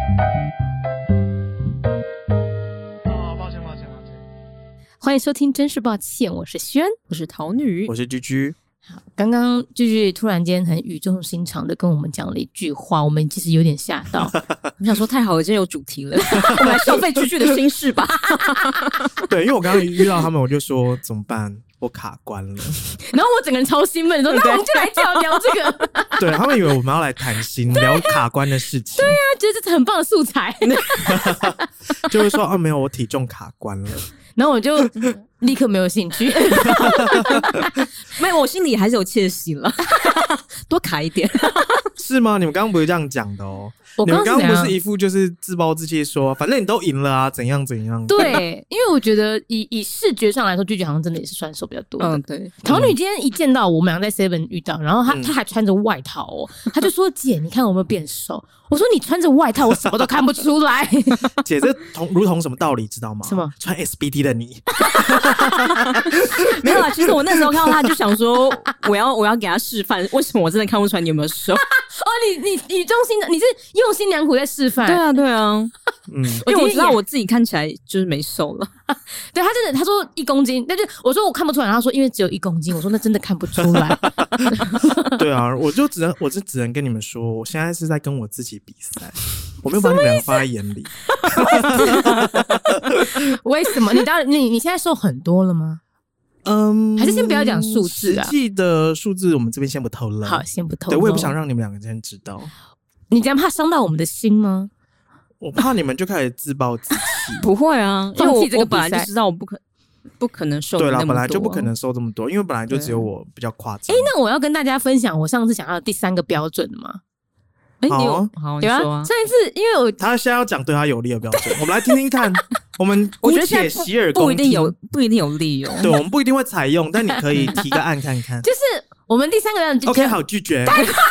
欢迎收听真是抱歉，我是轩， 我是桃女， 我是居居。 好，刚刚居居突然间很语重心长的跟我们讲了一句话，我们其实有点吓到。 我想说太好了，今天有主题了，我们来消费居居的心事吧。 对，因为我刚刚遇到他们，我就说怎么办？我卡关了。 然后我整个人超兴奋，说那我们就来聊这个。 对，他们以为我们要来谈心，聊卡关的事情。 对啊，觉得这是很棒的素材。 就会说没有，我体重卡关了。 然后我就立刻没有兴趣。 没有，我心里还是有窃喜了，多卡一点。 是吗？你们刚刚不是这样讲的哦。 你们刚刚不是一副就是自暴自弃说，反正你都赢了啊，怎样怎样。 对，因为我觉得以视觉上来说，居居好像真的也是算瘦比较多的。 对。 桃女今天一见到我们俩在 Seven 遇到，然后她还穿着外套哦，她就说：“姐，你看我有没有变瘦？”我说：“你穿着外套，我什么都看不出来。” 姐，这如同什么道理，知道吗？ 什么？ 穿 SBD 的你。 没有啦，其实我那时候看到他就想说，我要给他示范，为什么我真的看不出来你有没有瘦？ 哦，你用心的，你是用心良苦在示范。 对啊，对啊，因为我知道我自己看起来就是没瘦了。 对，他真的，他说1公斤，但是我说我看不出来，他说因为只有1公斤，我说那真的看不出来。 对啊，我就只能跟你们说，我现在是在跟我自己比赛，我没有把你们俩放在眼里。 为什么？你现在瘦很多了吗？还是先不要讲数字啊。 实际的数字我们这边先不透露。 好，先不透露。 对，我也不想让你们两个先知道。 你这样怕伤到我们的心吗？ 我怕你们就开始自暴自弃。 不会啊， 放弃这个我本来就知道我不可能瘦那么多。 对啦，本来就不可能瘦这么多，因为本来就只有我比较夸张。 那我要跟大家分享我上次讲到的第3个标准吗？ 好，你说啊。 上一次因为他现在要讲对他有利的标准，我们来听听看。我觉得现在洗耳恭听， 不一定有利哦。 对，我们不一定会采用，但你可以提个案看看。 就是我们第3个标准 ，OK， 好，拒绝。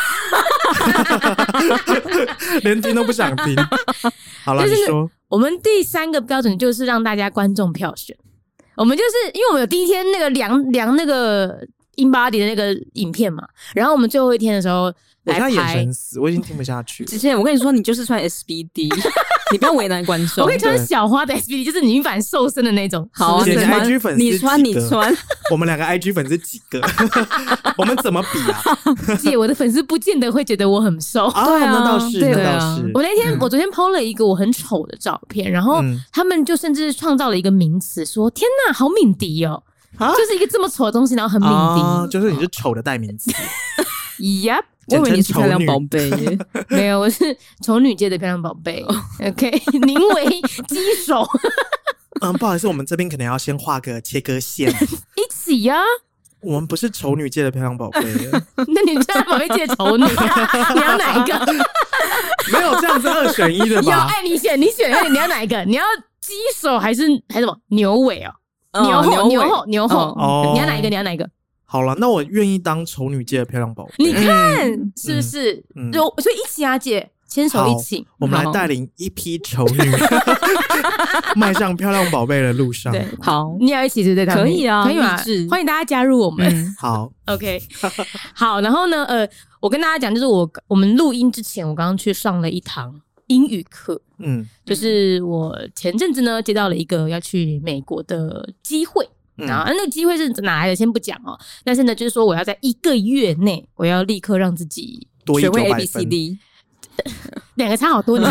连听都不想听。好了，你说。 我们第3个标准就是让大家观众票选。我们就是因为我们有第一天那个量那个 InBody 的那个影片嘛，然后我们最后一天的时候我现在眼神死，我已经听不下去了。 之前我跟你说，你就是穿 SBD， 你不要为难观众。 我可以穿小花的 SBD， 就是女版瘦身的那种。 好， 姐姐 IG 粉丝你穿。 我们2个 IG 粉丝几个？我们怎么比啊？ 姐，我的粉丝不见得会觉得我很瘦。 对啊，那倒是，那倒是。 我昨天 po 了一个我很丑的照片，然后他们就甚至创造了一个名词，说：“天哪，好敏迪哦！”就是一个这么丑的东西，然后很敏迪， 就是你是丑的代名词。 Yep。 我以为你是漂亮宝贝耶。 没有，我是丑女界的漂亮宝贝。OK， 宁为鸡手。 不好意思，我们这边可能要先画个切割线。 一起呀。 我们不是丑女界的漂亮宝贝。 那你漂亮宝贝界的丑女你要哪一个？ 没有这样子2选1的吧？ 你选，你要哪一个？你要鸡手还是什么牛尾哦？牛后。你要哪一个？ 好了，那我愿意当丑女界的漂亮宝贝。 你看是不是？所以一起啊，姐，牵手一起， 我们来带领一批丑女迈向漂亮宝贝的路上。 对， 好， 你要一起是对？ 可以啊， 可以吗？欢迎大家加入我们。 好 ，OK， 好。然后呢，我跟大家讲，就是我们录音之前，我刚刚去上了一堂英语课。就是我前阵子呢接到了一个要去美国的机会。然后那个机会是哪来的先不讲哦，但是呢就是说我要在1个月内我要立刻让自己学会 ABCD， 2个差好多，你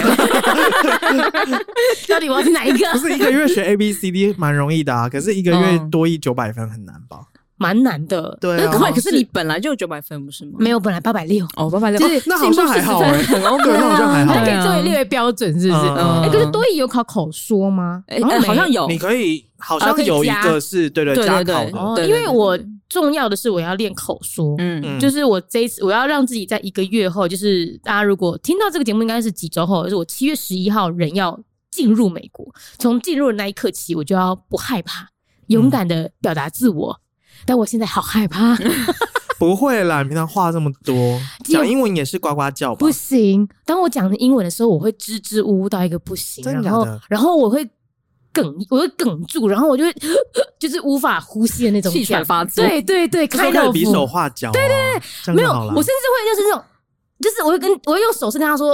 到底我要是哪一个？ 不是1个月学 ABCD 蛮容易的啊，可是1个月多益900分很难吧？ 蛮难的。 对啊， 可是你本来就有900分不是吗？ 没有，本来860。 860， 就是那好像还好欸。 很 OK， 那好像还好。 可以作为列为标准是不是？可是多益有考口说吗？ 好像有， 你可以，好像有一个是对加考的。 因为我重要的是我要练口说，就是我这一次我要让自己在1个月后，就是大家如果听到这个节目应该是几周后，就是我7月11号人要进入美国，从进入的那一刻起，我就要不害怕，勇敢的表达自我。但我现在好害怕。 不会啦，你平常话这么多，讲英文也是呱呱叫吧？ 不行，当我讲英文的时候，我会支支吾吾到一个不行， 真的假的？ 然后我会哽住，然后我就会就是无法呼吸的那种气喘发作。 对对对， 开到比手画脚。 对对对，没有，我甚至会就是那种，就是我会用手势跟他说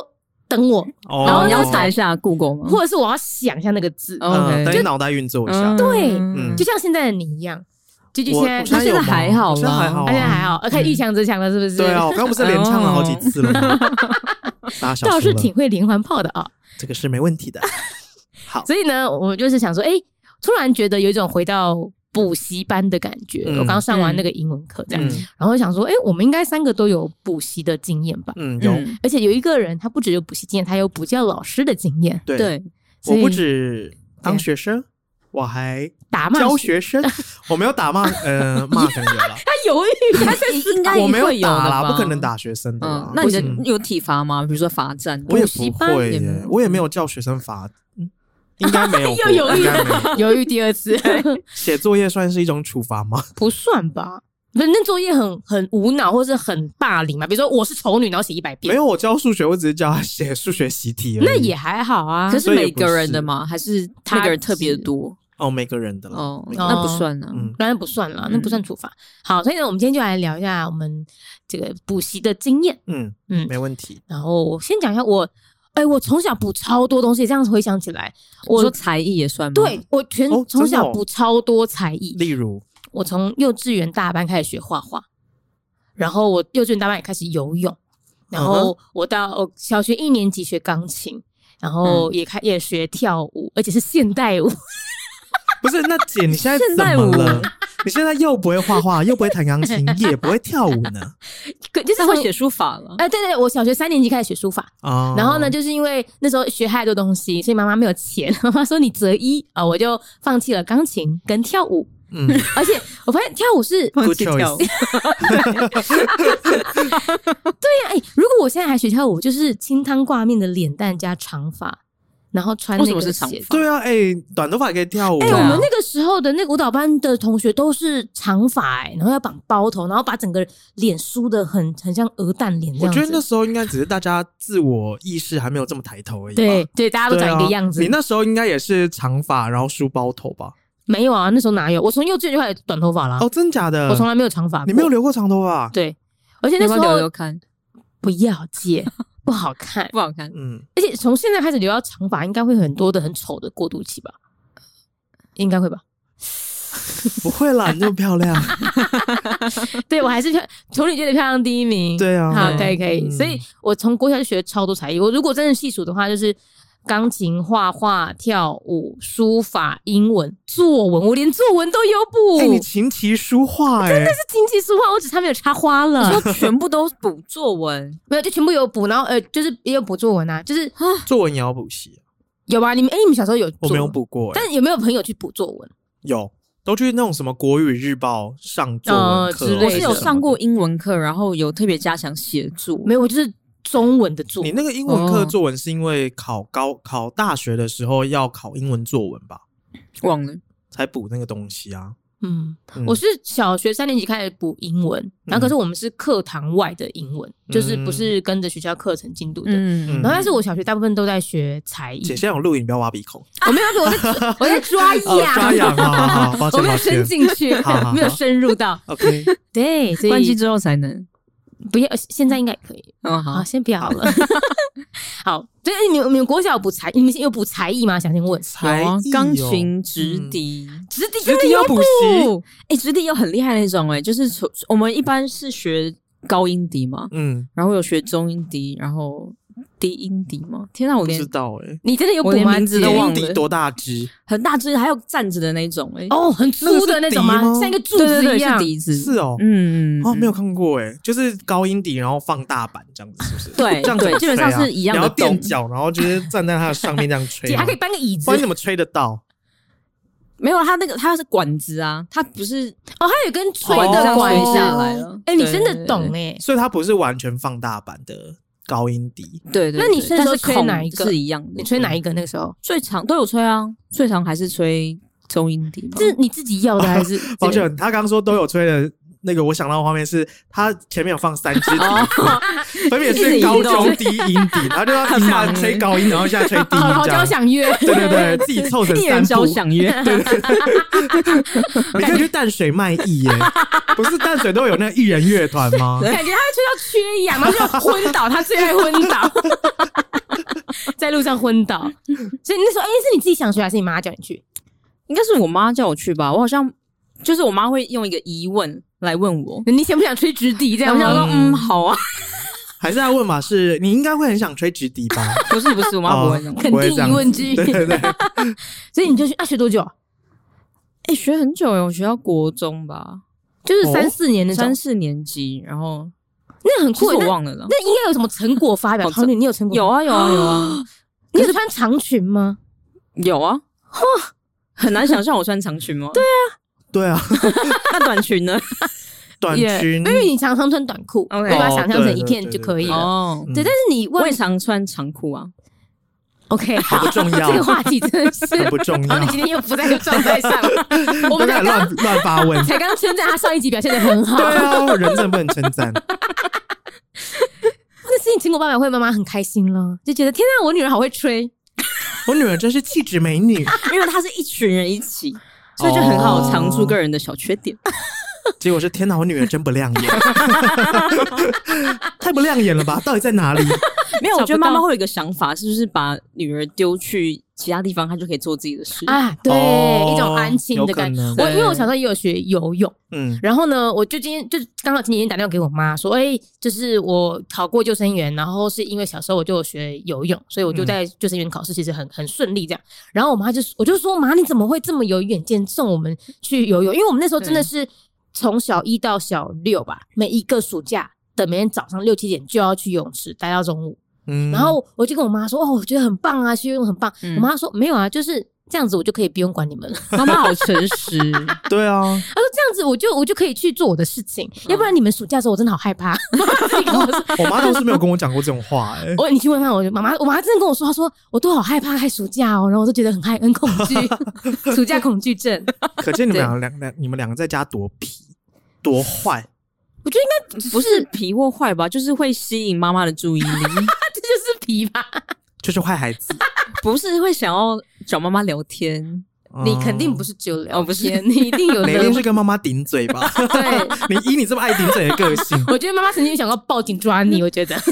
等我，然后你要查一下 Google 吗？ 或者是我要想一下那个字， 等你脑袋运作一下。 对，就像现在的你一样。就现在还好了， 现在还好，可以一墙之墙了，是不是？ 对啊，我刚不是连唱了好几次了吗？ 倒是挺会连环炮的啊， 这个是没问题的。好， 所以呢，我就是想说，突然觉得有一种回到补习班的感觉。我刚上完那个英文课，这样，然后想说，我们应该3个都有补习的经验吧？ 有， 而且有一个人他不只有补习经验，他有补教老师的经验。 对，我不止当学生。我还教学生，我没有打骂，骂可能有了。 他犹豫，他应该我没有打啦，不可能打学生的。 那你有体罚吗？比如说罚站？ 我也不会耶，我也没有叫学生罚，应该没有。 又犹豫第2次。 写作业算是一种处罚吗？ 不算吧。那作业很无脑，或是很霸凌嘛？比如说我是丑女，然后写100遍。 没有，我教数学，我只是教他写数学习题而已。 那也还好啊。 可是每个人的吗？还是那个人特别多？ 每个人的了。 那不算了， 当然不算了，那不算处罚。好，所以呢，我们今天就来聊一下我们这个补习的经验。 没问题。 然后我先讲一下我从小补超多东西，这样回想起来， 我说才艺也算吗？ 对，我从小补超多才艺。 例如， 我从幼稚园大班开始学画画，然后我幼稚园大班也开始游泳，然后我到小学1年级学钢琴，然后也学跳舞，而且是现代舞。 不是，那姐你现在怎么了？你现在又不会画画，又不会弹钢琴，也不会跳舞呢？ 就是会写书法了。 对，我小学3年级开始学书法。然后呢，就是因为那时候学太多东西，所以妈妈没有钱，妈妈说你择一我就放弃了钢琴跟跳舞。而且我发现跳舞是 Good choice。 对呀，如果我现在还学跳舞，就是清汤挂面的脸蛋加长发。然后穿那个鞋，为什么是长发？对啊，短头发也可以跳舞。 我们那个时候的那个舞蹈班的同学都是长发，然后要绑包头，然后把整个脸梳得很像鹅蛋脸这样子。 我觉得那时候应该只是大家自我意识还没有这么抬头而已。 对，大家都长一个样子。 你那时候应该也是长发，然后梳包头吧？ 没有啊，那时候哪有？我从幼稚园就开始短头发了。 真假的？ 我从来没有长发过。 你没有留过长头发？ 对，而且那时候留看， 不要姐。不好看， 不好看。 而且从现在开始留到长发，应该会很多的很丑的过渡期吧？应该会吧？ 不会啦，你那么漂亮。 对，我还是处女界的漂亮第1名。 对啊， 好，可以。所以我从国小就学超多才艺。我如果真的细数的话，就是钢琴、画画、跳舞、书法、英文、作文，我连作文都有补。 你琴棋书画真的是琴棋书画，我只差没有插花了。 说全部都补作文？ 没有，就全部有补，然后就是也有补作文啊，就是作文也要补习。 有吧？你们小时候有？ 我没有补过。 但有没有朋友去补作文？ 有，都去那种什么国语日报上作文课。 我是有上过英文课，然后有特别加强写作。 没有，我就是中文的作文。 你那个英文课作文是因为考大学的时候要考英文作文吧？ 忘了， 才补那个东西啊。 我是小学3年级开始补英文，然后可是我们是课堂外的英文，就是不是跟着学校课程进度的。然后但是我小学大部分都在学才艺。 姐现在有录影，不要挖鼻孔。 我没有，我在抓痒， 抓痒啊！抱歉， 我没有伸进去，没有深入到。 OK， 对，所以关机之后才能。 不要，现在应该也可以。好，先不要好了。好，所以你们国小补才，你们有补才艺吗？想先问。 才艺钢琴、直笛， 直笛要补习。 直笛有很厉害那种就是我们一般是学高音笛嘛，然后有学中音笛，然后低音笛吗？天哪，我连不知道你真的有补吗？ 名字都忘了。 低音笛多大只？ 很大只，还有站着的那种很粗的那种吗？像一个柱子一样。 是笛子。 是哦，没有看过就是高音笛，然后放大版这样子，是不是？ 对， 这样子基本上是一样的。 然后垫脚，然后就是站在它的上面这样吹。 姐还可以搬个椅子， 不然你怎么吹得到？ 没有，它是管子啊，它不是它有根吹的管吹下来了。 你真的懂所以它不是完全放大版的高音笛。 对， 那你那时候吹哪一个？ 是一样的。 你吹哪一个？那个时候最长都有吹啊，最长还是吹中音笛。 这是你自己要的还是？ 抱歉，他刚刚说都有吹的。那个我想到的画面是，他前面有放3支笛，分别是高中低音笛，然后就要一下吹高音，然后一下吹低音， 好交响乐， 对，自己凑成3部交响乐， 对。你可以去淡水卖艺耶，不是淡水都有那个艺人乐团吗？ 感觉他会吹到缺氧，然后就昏倒，他最爱昏倒。 在路上昏倒。所以那时候，是你自己想学还是你妈叫你去？ 应该是我妈叫我去吧。我好像就是我妈会用一个疑问来问我， 你想不想吹直笛？这样， 我想说，好啊。 还是要问嘛？是你应该会很想吹直笛吧？ 不是，我妈不会那种， 肯定疑问句。 对。 所以你就去学多久？ 学很久我学到国中吧， 就是3-4年那种 ，3-4年级，然后那很酷， 我忘了。 那应该有什么成果发表？桃女，你有成果？ 有啊。 你有穿长裙吗？ 有啊。很难想象我穿长裙吗？ 对啊。 那短裙呢？ 短裙， 因为你常常穿短裤，你把它想象成一片就可以了。对，但是你我也常穿长裤啊。 OK， 好不重要， 这个话题真的是很不重要。 你今天又不在这个状态上，我们才乱发问， 才刚称赞他上一集表现得很好。 对啊，人真的不能称赞。 那事情成果发表会，妈妈很开心了，就觉得天啊，我女儿好会吹， 我女儿真是气质美女。 因为她是一群人一起，所以就很好藏住个人的小缺点。 结果是天哪，我女儿真不亮眼，太不亮眼了吧？到底在哪里？ 没有，我觉得妈妈会有一个想法，是不是把女儿丢去其他地方，她就可以做自己的事啊？对，一种安心的感觉。因为我小时候也有学游泳，然后呢，我就今天就刚好前几天打电话给我妈说，就是我考过救生员，然后是因为小时候我就有学游泳，所以我就在救生员考试其实很顺利这样。然后我就说妈，你怎么会这么有远见，送我们去游泳？因为我们那时候真的是从小1到小6吧，每一个暑假的每天早上6-7点就要去游泳池待到中午。然后我就跟我妈说，我觉得很棒啊，去游泳很棒。我妈说没有啊，就是这样子，我就可以不用管你们了。 妈妈好诚实。 对啊， 她说这样子我就可以去做我的事情，要不然你们暑假的时候我真的好害怕。 我妈倒是没有跟我讲过这种话。 你去问看我妈真的跟我说，她说我都好害怕开暑假然后我就觉得很恐惧，暑假恐惧症。 可见你们两个在家多皮多坏。 我觉得应该不是皮或坏吧，就是会吸引妈妈的注意力。 这就是皮吧， 就是坏孩子。 不是会想要找妈妈聊天。 你肯定不是只有聊不是天，你一定有。 你一定是跟妈妈顶嘴吧？ 对， 你这么爱顶嘴的个性， 我觉得妈妈曾经想要报警抓你。我觉得。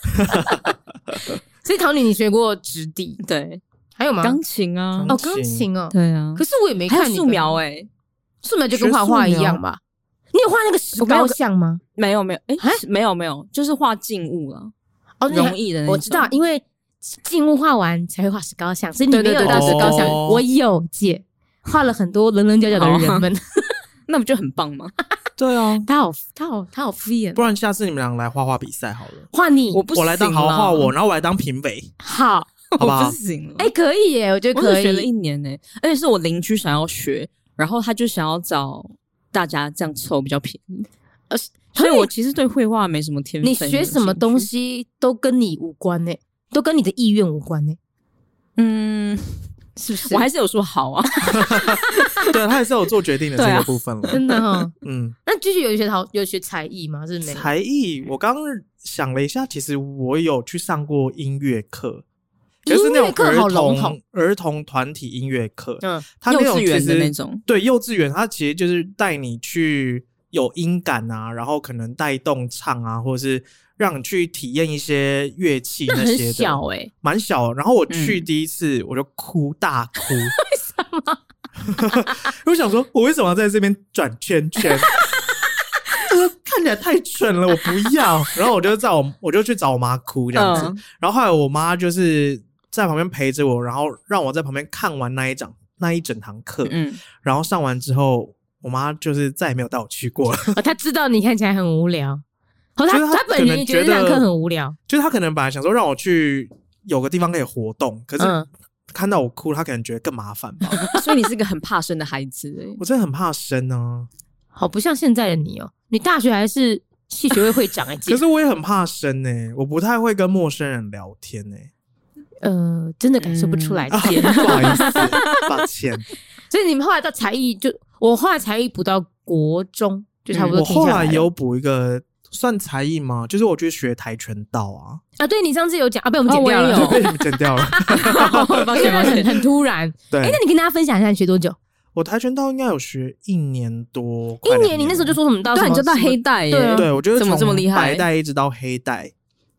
所以桃女，你学过直笛？ 对， 还有吗？ 钢琴啊。 钢琴哦。 对啊。 可是我也没看你素描素描就跟画画一样吧？你有画那个石膏像吗？ 没有，没有，就是画静物了。容易的那种。 我知道，因为静物画完才会画石膏像，所以你没有到石膏像。我有姐画了很多棱棱角角的人们， 那不就很棒吗？ 对啊， 他好敷衍。 不然下次你们俩来画画比赛好了。 画你， 我来当画我，然后我来当评委。 好不好？ 我不行了。 可以耶，我觉得可以。 我学了1年耶，而且是我邻居想要学，然后他就想要找大家这样凑比较便宜。所以我其实对绘画没什么天分。 你学什么东西都跟你无关耶，都跟你的意愿无关耶。是不是？ 我还是有说好啊。 对，他还是有做决定的这个部分了。 真的那继续有学才艺吗？是没才艺？我刚刚想了一下，其实我有去上过音乐课。就是那种儿童团体音乐课，他那种幼稚园的那种。 对，幼稚园他其实就是带你去有音感啊，然后可能带动唱啊，或者是让你去体验一些乐器那些的。 很小蛮小。然后我去第一次我就大哭。 为什么？ 我想说，我为什么要在这边转圈圈？看起来太蠢了，我不要。然后我就去找我妈哭这样子。然后后来我妈就是在旁边陪着我，然后让我在旁边看完那一整堂课。然后上完之后，我妈就是再也没有带我去过了。 她知道你看起来很无聊。她本人也觉得这堂课很无聊。 就是她可能本来想说让我去有个地方可以活动，可是看到我哭，她可能觉得更麻烦吧。 所以你是个很怕生的孩子。 我真的很怕生啊。 好不像现在的你你大学还是系学会会长可是我也很怕生我不太会跟陌生人聊天真的感受不出来。 不好意思，抱歉。 所以你们后来到才艺，我后来才艺补到国中，就差不多我后来有补一个算才艺吗？就是我去学跆拳道啊。 对，你上次有讲被我们剪掉了，被你们剪掉了。 抱歉，很突然。 对， 那你跟大家分享一下你学多久？ 我跆拳道应该有学1年多。 1年？你那时候就说什么到什么？ 对，你就到黑带耶。 对，我觉得怎么这么厉害？ 白带一直到黑带，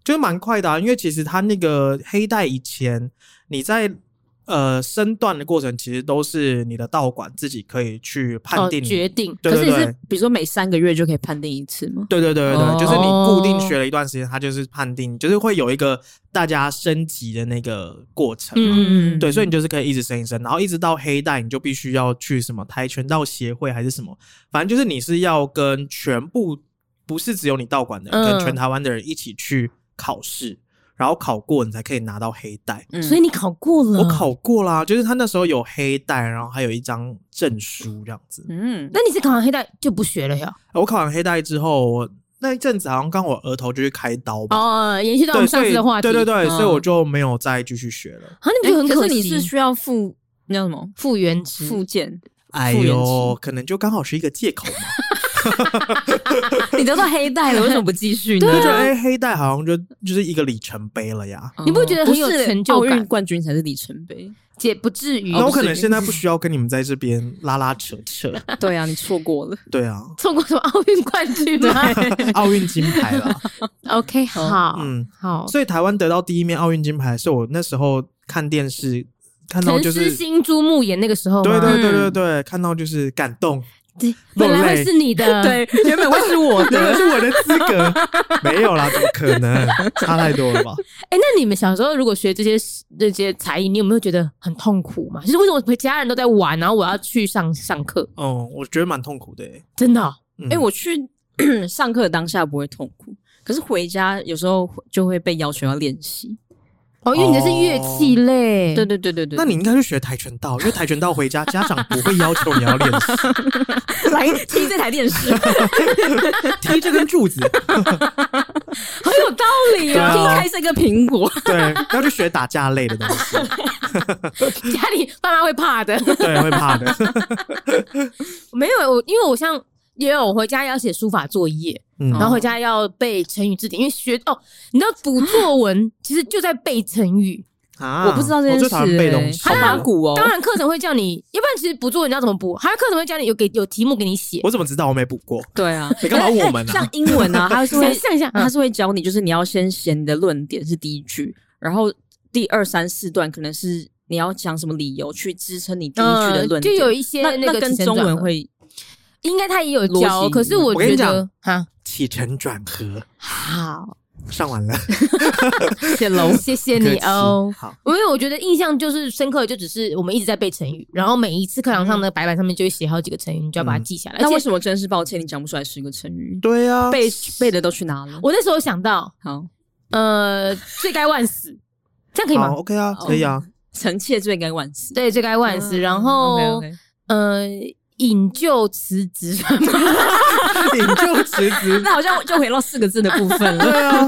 就是蛮快的因为其实它那个黑带以前你在身段的过程其实都是你的道馆自己可以去判定决定。 对对对， 可是比如说每3个月就可以判定一次吗？ 对对对对对，就是你固定学了一段时间，它就是判定，就是会有一个大家升级的那个过程嘛。对，所以你就是可以一直升一升，然后一直到黑带，你就必须要去什么跆拳道协会还是什么，反正就是你是要跟全部不是只有你道馆的人，跟全台湾的人一起去考试。然后考过你才可以拿到黑带， 所以你考过了？ 我考过啦，就是他那时候有黑带，然后还有一张证书这样子。 那你是考完黑带就不学了呀？ 我考完黑带之后，我那一阵子好像刚我额头就去开刀吧。 延续到我们上次的话题。 对对对，所以我就没有再继续学了。 你不觉得很可惜？ 可是你是需要那叫什么复原值复健？ 哎呦，可能就刚好是一个借口嘛。 你得到黑带了，为什么不继续呢？ 就觉得黑带好像就是一个里程碑了呀。 你不觉得很有成就感？ 奥运冠军才是里程碑， 姐不至于。 那我可能现在不需要跟你们在这边拉拉扯扯。 对啊，你错过了。 对啊， 错过什么奥运冠军吗？ 奥运金牌啦。 OK， 好，好。 所以台湾得到第1面奥运金牌，是我那时候看电视看到就是陈诗欣、朱木炎那个时候。 对对对对对，看到就是感动。 对，本来会是你的， 对，原本会是我的， 原本是我的资格，没有啦，怎么可能？差太多了吧？ 那你们小时候如果学这些才艺，你有没有觉得很痛苦嘛？就是为什么其他人都在玩，然后我要去上课？ 我觉得蛮痛苦的真的。 我去上课当下不会痛苦，可是回家有时候就会被要求要练习。 因为你的是乐器类。 对对对对对。 那你应该去学跆拳道，因为跆拳道回家家长不会要求你要练习。 来踢这台电视， 踢这根柱子， 很有道理踢开这个苹果。 对，要去学打架类的东西。 家里爸妈会怕的。 对，会怕的。 没有，因为我像也有回家要写书法作业，然后回家要背成语字典，因为你知道补作文其实就在背成语。 我不知道这件事。 好八股哦。 当然课程会叫你，要不然其实补作文你要怎么补？还有课程会教你有题目给你写。 我怎么知道？我没补过。 对啊， 你干嘛问我们啊？ 像英文啊，他是会教你，就是你要先写你的论点是第一句，然后第2、3、4段可能是你要讲什么理由去支撑你第一句的论点。 就有一些那个跟中文会。 应该他也有教，可是我觉得起承转合好上完了， 谢谢你哦。 好， 因为我觉得印象就是深刻，就只是我们一直在背成语，然后每一次课堂上的白板上面就会写好几个成语，你就要把它记下来。 那为什么真是抱歉，你讲不出来10个成语？ 对啊， 背的都去哪了？ 我那时候想到， 好， 罪该万死，这样可以吗 ？OK 啊，可以啊。 臣妾罪该万死， 对，罪该万死。然后引咎辞职， 引咎辞职， 那好像就回到4个字的部分了。 对啊，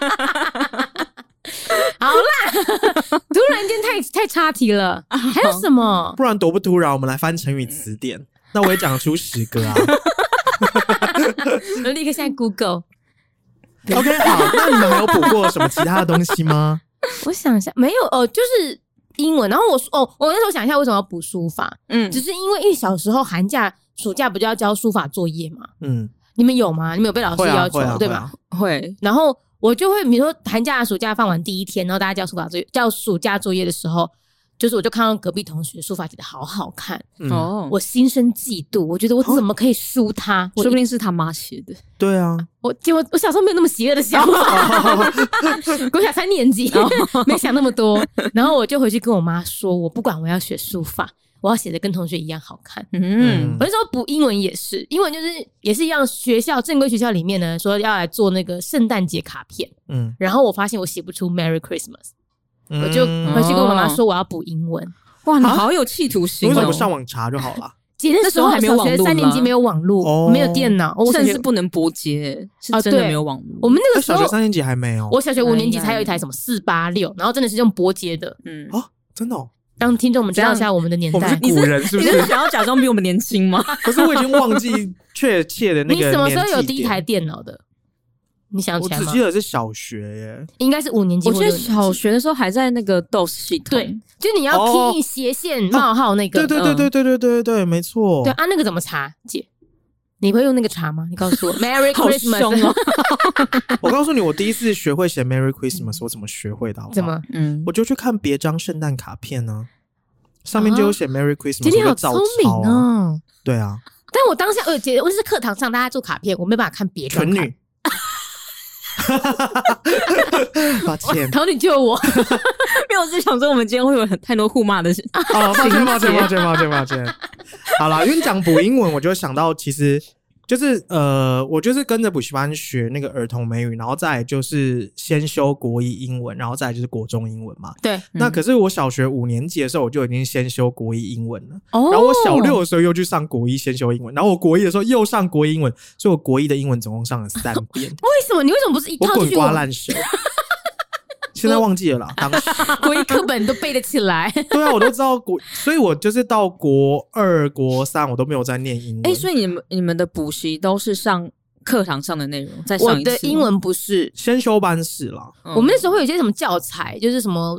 好啦，突然间太岔题了。还有什么？ 不然多不突然？我们来翻成语词典，那我也讲出10个啊。 我立刻现在 Google。OK， 好，那你们还有补过什么其他的东西吗？ 我想一下，没有就是英文。然后我那时候想一下为什么要补书法，只是因为小时候寒假、暑假不就要交书法作业嘛？你们有吗？你们有被老师要求对吧？ 会。 然后我就会，比如说寒假、暑假放完第1天，然后大家交暑假作业的时候，就是我就看到隔壁同学书法写得好好看，我心生嫉妒，我觉得我怎么可以输他？ 说不定是他妈写的。 对啊， 我小时候没有那么邪恶的想法，国小3年级没想那么多，然后我就回去跟我妈说，我不管，我要学书法，我要写的跟同学一样好看。我那时候补英文也是，英文就是也是一样，正规学校里面呢说要来做那个圣诞节卡片，然后我发现我写不出 Merry Christmas，我就回去跟我妈妈说我要补英文。 哇，你好有企图心为什么不上网查就好了？ 姐那时候还没有网络，3年级没有网络，没有电脑， 甚至不能拨接，是真的没有网络。 我们那个时候小学3年级还没有， 我小学5年级才有一台什么486，然后真的是用拨接的。 真的哦。 让听众们知道一下我们的年代。 我们是古人是不是？ 你是想要假装比我们年轻吗？ 可是我已经忘记确切的那个年纪点。 你什么时候有第一台电脑的？你想起来吗？ 我只记得是小学耶， 应该是5年级。 我记得小学的时候还在那个 DOS 系统， 对，就你要 key 斜线冒号那个。 对，没错。 对啊，那个怎么查？姐， 你会用那个茶吗？你告诉我 ，Merry Christmas。 哦、 我告诉你，我第一次学会写 Merry Christmas， 我怎么学会的好不好？ 怎么？ 我就去看别张圣诞卡片呢、上面就有写 Merry Christmas， 今天好聪明哦。 对啊， 但我当下我是课堂上大家做卡片，我没办法看别张。 纯女。抱歉， 桃女救我， 因为我是想说我们今天会有太多互骂的事。 哦，抱歉。好啦，因为讲补英文，我就想到其实就是我就是跟着补习班学那个儿童美语，然后再来就是先修国一英文，然后再来就是国中英文嘛。 对， 那可是我小学5年级的时候，我就已经先修国一英文了。然后我小6的时候又去上国一先修英文，然后我国一的时候又上国一英文，所以我国一的英文总共上了3遍。 为什么？你为什么不是一套我滚瓜烂熟？现在忘记了啦，当时国一课本都背得起来。 对啊，我都知道所以我就是到国2、国3我都没有在念英文。 所以你们的补习都是上课堂上的内容，再上一次。 我的英文不是先修班是啦， 我们那时候会有些什么教材，就是什么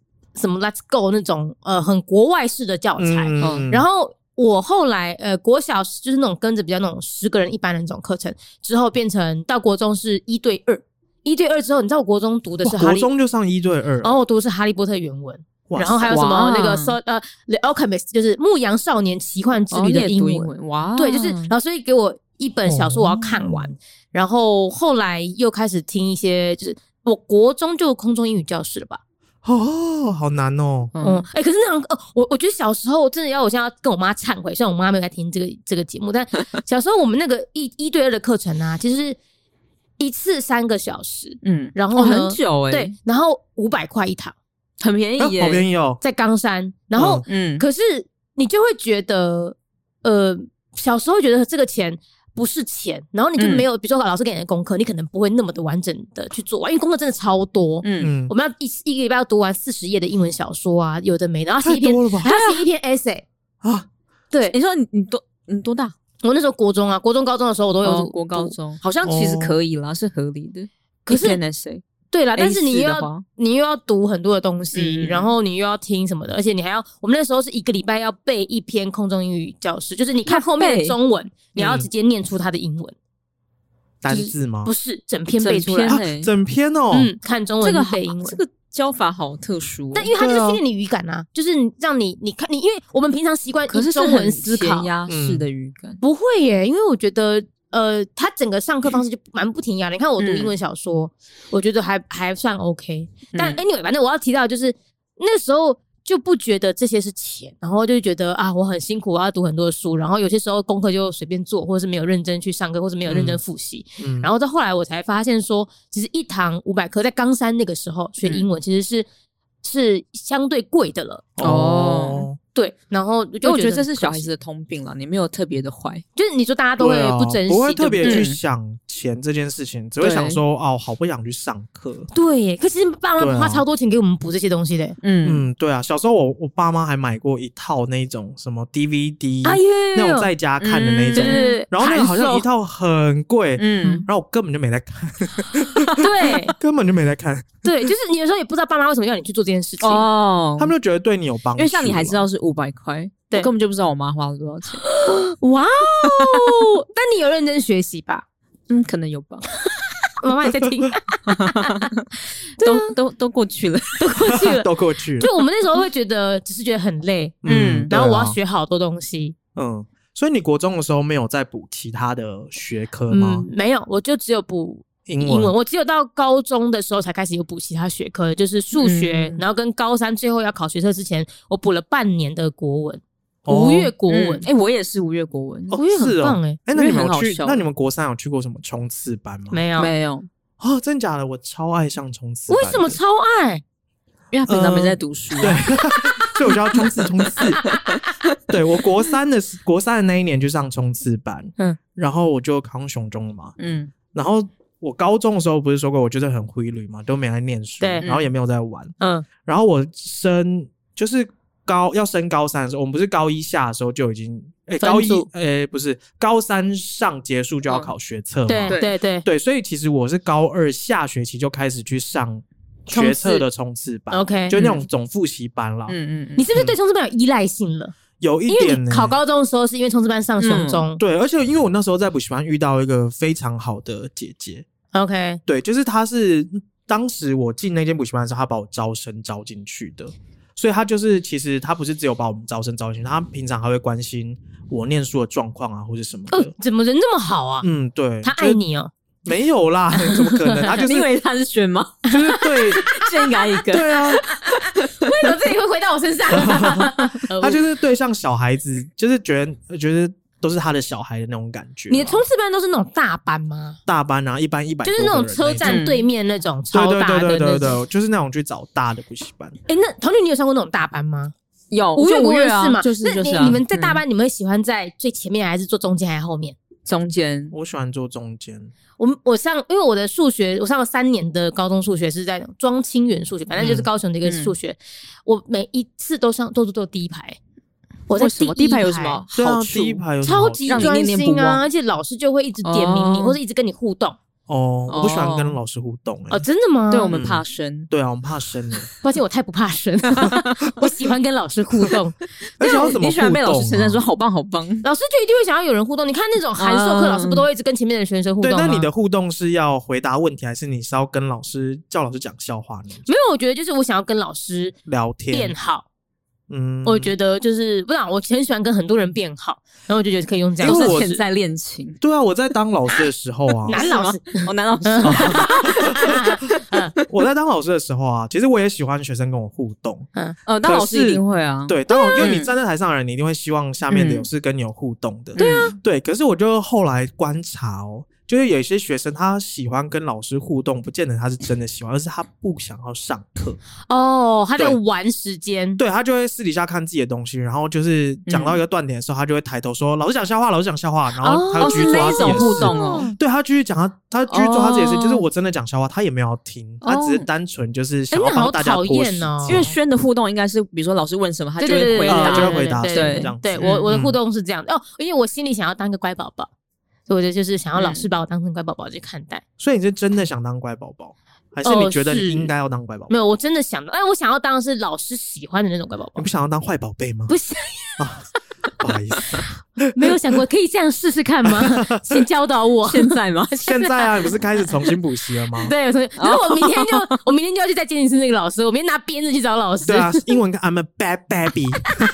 Let's Go 那种很国外式的教材。然后我后来国小就是那种跟着比较那种10个人一班的那种课程，之后变成到国中是1对2。1对2之后，你知道我国中读的是国中就上1对2， 然后我读的是哈利波特原文，然后还有什么那个The Alchemist， 就是牧羊少年奇幻之旅的英文。 哇， 对，就是老师给我一本小说我要看完，然后后来又开始听一些，就是我国中就空中英语教室了吧。 哦，好难哦。 可是那种我觉得小时候真的我现在要跟我妈忏悔，虽然我妈没有在听这个节目，但小时候我们那个1对2的课程啊，其实是一次3个小时，然后很久对，然后500块一堂， 很便宜耶， 好便宜哦， 在冈山。然后可是你就会觉得，小时候觉得这个钱不是钱，然后你就没有，比如说老师给你的功课，你可能不会那么的完整的去做完，因为功课真的超多。我们要一个礼拜要读完40页的英文小说啊，有的没的，然后写一篇 essay 啊。对， 你说你多大？ 我那时候国中啊，国中高中的时候我都有国高中，好像其实可以啦，是合理的。 可是对啦，但是你又要读很多的东西，然后你又要听什么的，而且你还要，我们那时候是1个礼拜要背1篇空中英语教室，就是你看后面的中文，你要直接念出它的英文单字吗？ 不是，整篇背出来， 整篇哦。 看中文背英文， 这个教法好特殊。 但因为它就是训练你语感啊，就是让你看你，因为我们平常习惯以中文思考， 填鸭式的语感不会耶，因为我觉得。他整个上课方式就蛮不填鸭的。你看我读英文小说，我觉得还算 OK。但 anyway， 反正我要提到就是那时候就不觉得这些是钱，然后就觉得啊我很辛苦，我要读很多的书，然后有些时候功课就随便做，或者是没有认真去上课，或者没有认真复习。然后到后来我才发现说，其实一堂500课在冈山那个时候学英文其实是相对贵的了。对，然后因为我觉得这是小孩子的通病啦，你没有特别的坏， 就是你说大家都会不珍惜， 不会特别去想钱这件事情，只会想说好不想去上课。 对耶，可是爸妈花超多钱给我们补这些东西的。 对啊，小时候我爸妈还买过一套那种什么 DVD，那种在家看的那种，然后那个好像一套很贵，然后我根本就没在看，对，根本就没在看。 对，就是你有时候也不知道爸妈为什么要你去做这件事情他们就觉得对你有帮助， 因为像你还知道是500块，对，我根本就不知道我妈花了多少钱。 哇哦！但你有认真学习吧？ 可能有吧。 妈妈也在听， 都过去了， 都过去了。 就我们那时候会觉得，只是觉得很累，然后我要学好多东西， 所以你国中的时候没有再补其他的学科吗？ 没有，我就只有补英文，我只有到高中的时候才开始有补其他学科，就是数学，然后跟高3最后要考学测之前，我补了半年的国文，5月国文。 我也是5月国文 ，5月很棒那你们有去？那你们国3有去过什么冲刺班吗？ 没有哦，真假的？我超爱上冲刺班。 为什么超爱？ 因为他平常没在读书， 对，所以我就要冲刺。对，我国三的那一年去上冲刺班，然后我就考上雄中了嘛，然后我高中的时候不是说过我就是很灰绿嘛，都没来念书， 对， 然后也没有在玩，然后我就是要升高3的时候，我们不是高1下的时候就已经不是高3上结束就要考学测嘛，对，所以其实我是高2下学期就开始去上学测的冲刺班， OK， 就那种总复习班啦。 你是不是对冲刺班有依赖性了？ 有一点、 因为你考高中的时候是因为冲刺班上雄中， 对，而且因为我那时候在补习班遇到一个非常好的姐姐 ，OK， 对，就是她是当时我进那间补习班的时候，她把我招生招进去的，所以她就是其实她不是只有把我们招生招进去，她平常还会关心我念书的状况啊，或者什么的。 怎么人这么好啊？ 对， 他爱你哦。 没有啦，怎么可能？他就是你以为他是轩吗？ 就是对， 先给他一个。 对啊， 为什么自己会回到我身上？ 他就是对像小孩子，就是觉得都是他的小孩的那种感觉。 你的冲刺班都是那种大班吗？ 大班啊，一般100 就是那种车站对面那种超大的那种， 对，就是那种去找大的补习班。 那童女，你有上过那种大班吗？ 有 5月是吗？ 就是那你们在大班，你们会喜欢在最前面，还是坐中间，还是后面？ 中间， 我喜欢坐中间。 我上，因为我的数学，我上了3年的高中数学是在庄清源数学，反正就是高雄的一个数学。我每一次都坐第一排。我在第一排有什么好处？ 第一排有超级专心啊，而且老师就会一直点名你，或者一直跟你互动。 我不喜欢跟老师互动真的吗？ 对，我们怕生。 对啊，我们怕生抱歉，我太不怕生，我喜欢跟老师互动。 而且要怎么互动？ 你喜欢被老师称赞说好棒好棒， 老师就一定会想要有人互动。你看那种函授课，老师不都会一直跟前面的学生互动吗？ 对，那你的互动是要回答问题，还是你是要跟老师叫老师讲笑话呢？ 没有，我觉得就是我想要跟老师聊天变好。我觉得就是不知道，我很喜欢跟很多人变好，然后我就觉得可以用这样。 因为我是潜在恋情。 对啊，我在当老师的时候啊， 男老师， 男老师。 我在当老师的时候啊，其实我也喜欢学生跟我互动。 当老师一定会啊。 对，当然，因为你站在台上的人，你一定会希望下面的有是跟你有互动的。 对啊， 对。可是我就后来观察就是有一些学生他喜欢跟老师互动，不见得他是真的喜欢，而是他不想要上课。 他在玩时间。 对，他就会私底下看自己的东西，然后就是讲到一个断点的时候，他就会抬头说：“老师讲笑话，老师讲笑话。”然后他就继续做他自己的事。 互动对，他继续讲他继续做他自己的事。就是我真的讲笑话，他也没有要听，他只是单纯就是想要帮大家拖时间。 因为轩的互动应该是，比如说老师问什么，他就会回答， 就会回答。对，这样子。 对，我的互动是这样的因为我心里想要当个乖宝宝。所以我觉得就是想要老师把我当成乖宝宝去看待。 所以你是真的想当乖宝宝，还是你觉得你应该要当乖宝宝？ 没有，我真的想的，我想要当的是老师喜欢的那种乖宝宝。 你不想要当坏宝贝吗？ 不想不好意思， 没有想过可以这样试试看吗？请教导我。 现在吗？ 现在啊，你不是开始重新补习了吗？ 对，可是我明天就要去再见一次那个老师，我明天拿鞭子去找老师。 对啊，英文跟 I'm a bad baby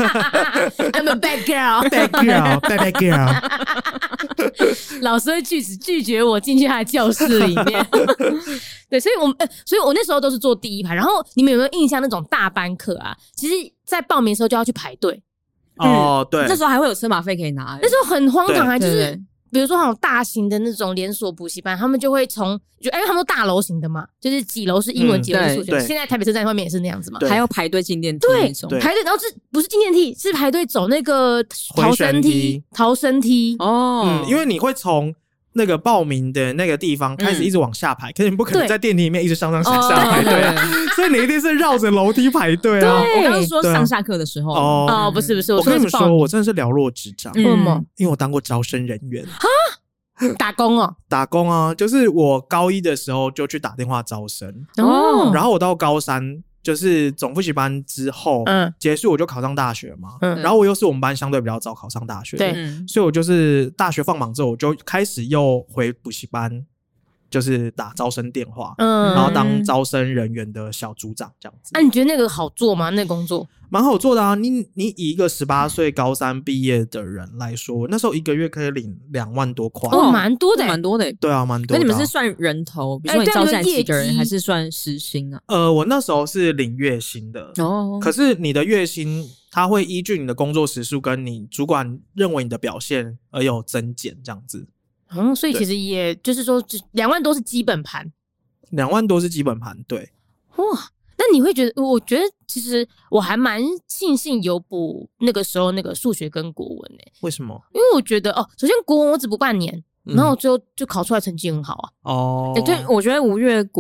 ，I'm a bad girl， bad girl，bad girl。 老师会拒绝我进去他的教室里面。对，所以我那时候都是坐第一排。然后你们有没有印象那种大班课啊？其实，在报名的时候就要去排队。 对， 那时候还会有车马费可以拿。 那时候很荒唐就是比如说那种大型的那种连锁补习班，他们就会因为他们都大楼型的嘛，就是几楼是英文，几楼是数学。现在台北车站外面也是那样子嘛， 还要排队进电梯那种。 排队，然后不是进电梯，是排队走那个逃生梯。 因为你会从那个报名的那个地方开始一直往下排，可是你不可能在电梯里面一直上下排队所以你一定是绕着楼梯排队啊。 我刚刚说上下课的时候不是， 我跟你们说，我真的是了若指掌。 为什么？ 因为我当过招生人员。 打工打工啊，就是我高1的时候就去打电话招生然后我到高3就是总复习班之后结束，我就考上大学嘛然后我又是我们班相对比较早考上大学的，所以我就是大学放榜之后，我就开始又回补习班，就是打招生电话然后当招生人员的小组长这样子。 你觉得那个好做吗？那个工作蛮好做的啊。你以一个18岁高3毕业的人来说，那时候1个月可以领2万多块。 蛮多的蛮多的。 对啊，蛮多的。 那你们是算人头，比如说你招下几个人，还是算时薪啊？ 我那时候是领月薪的可是你的月薪它会依据你的工作时数跟你主管认为你的表现而有增减这样子。 所以其实也就是说2万多是基本盘 ，2万多是基本盘，对。 哇，那你会觉得？我觉得其实我还蛮庆幸有补那个时候那个数学跟国文为什么？ 因为我觉得首先国文我只补半年，然后最后就考出来成绩很好啊。 对，我觉得5月国文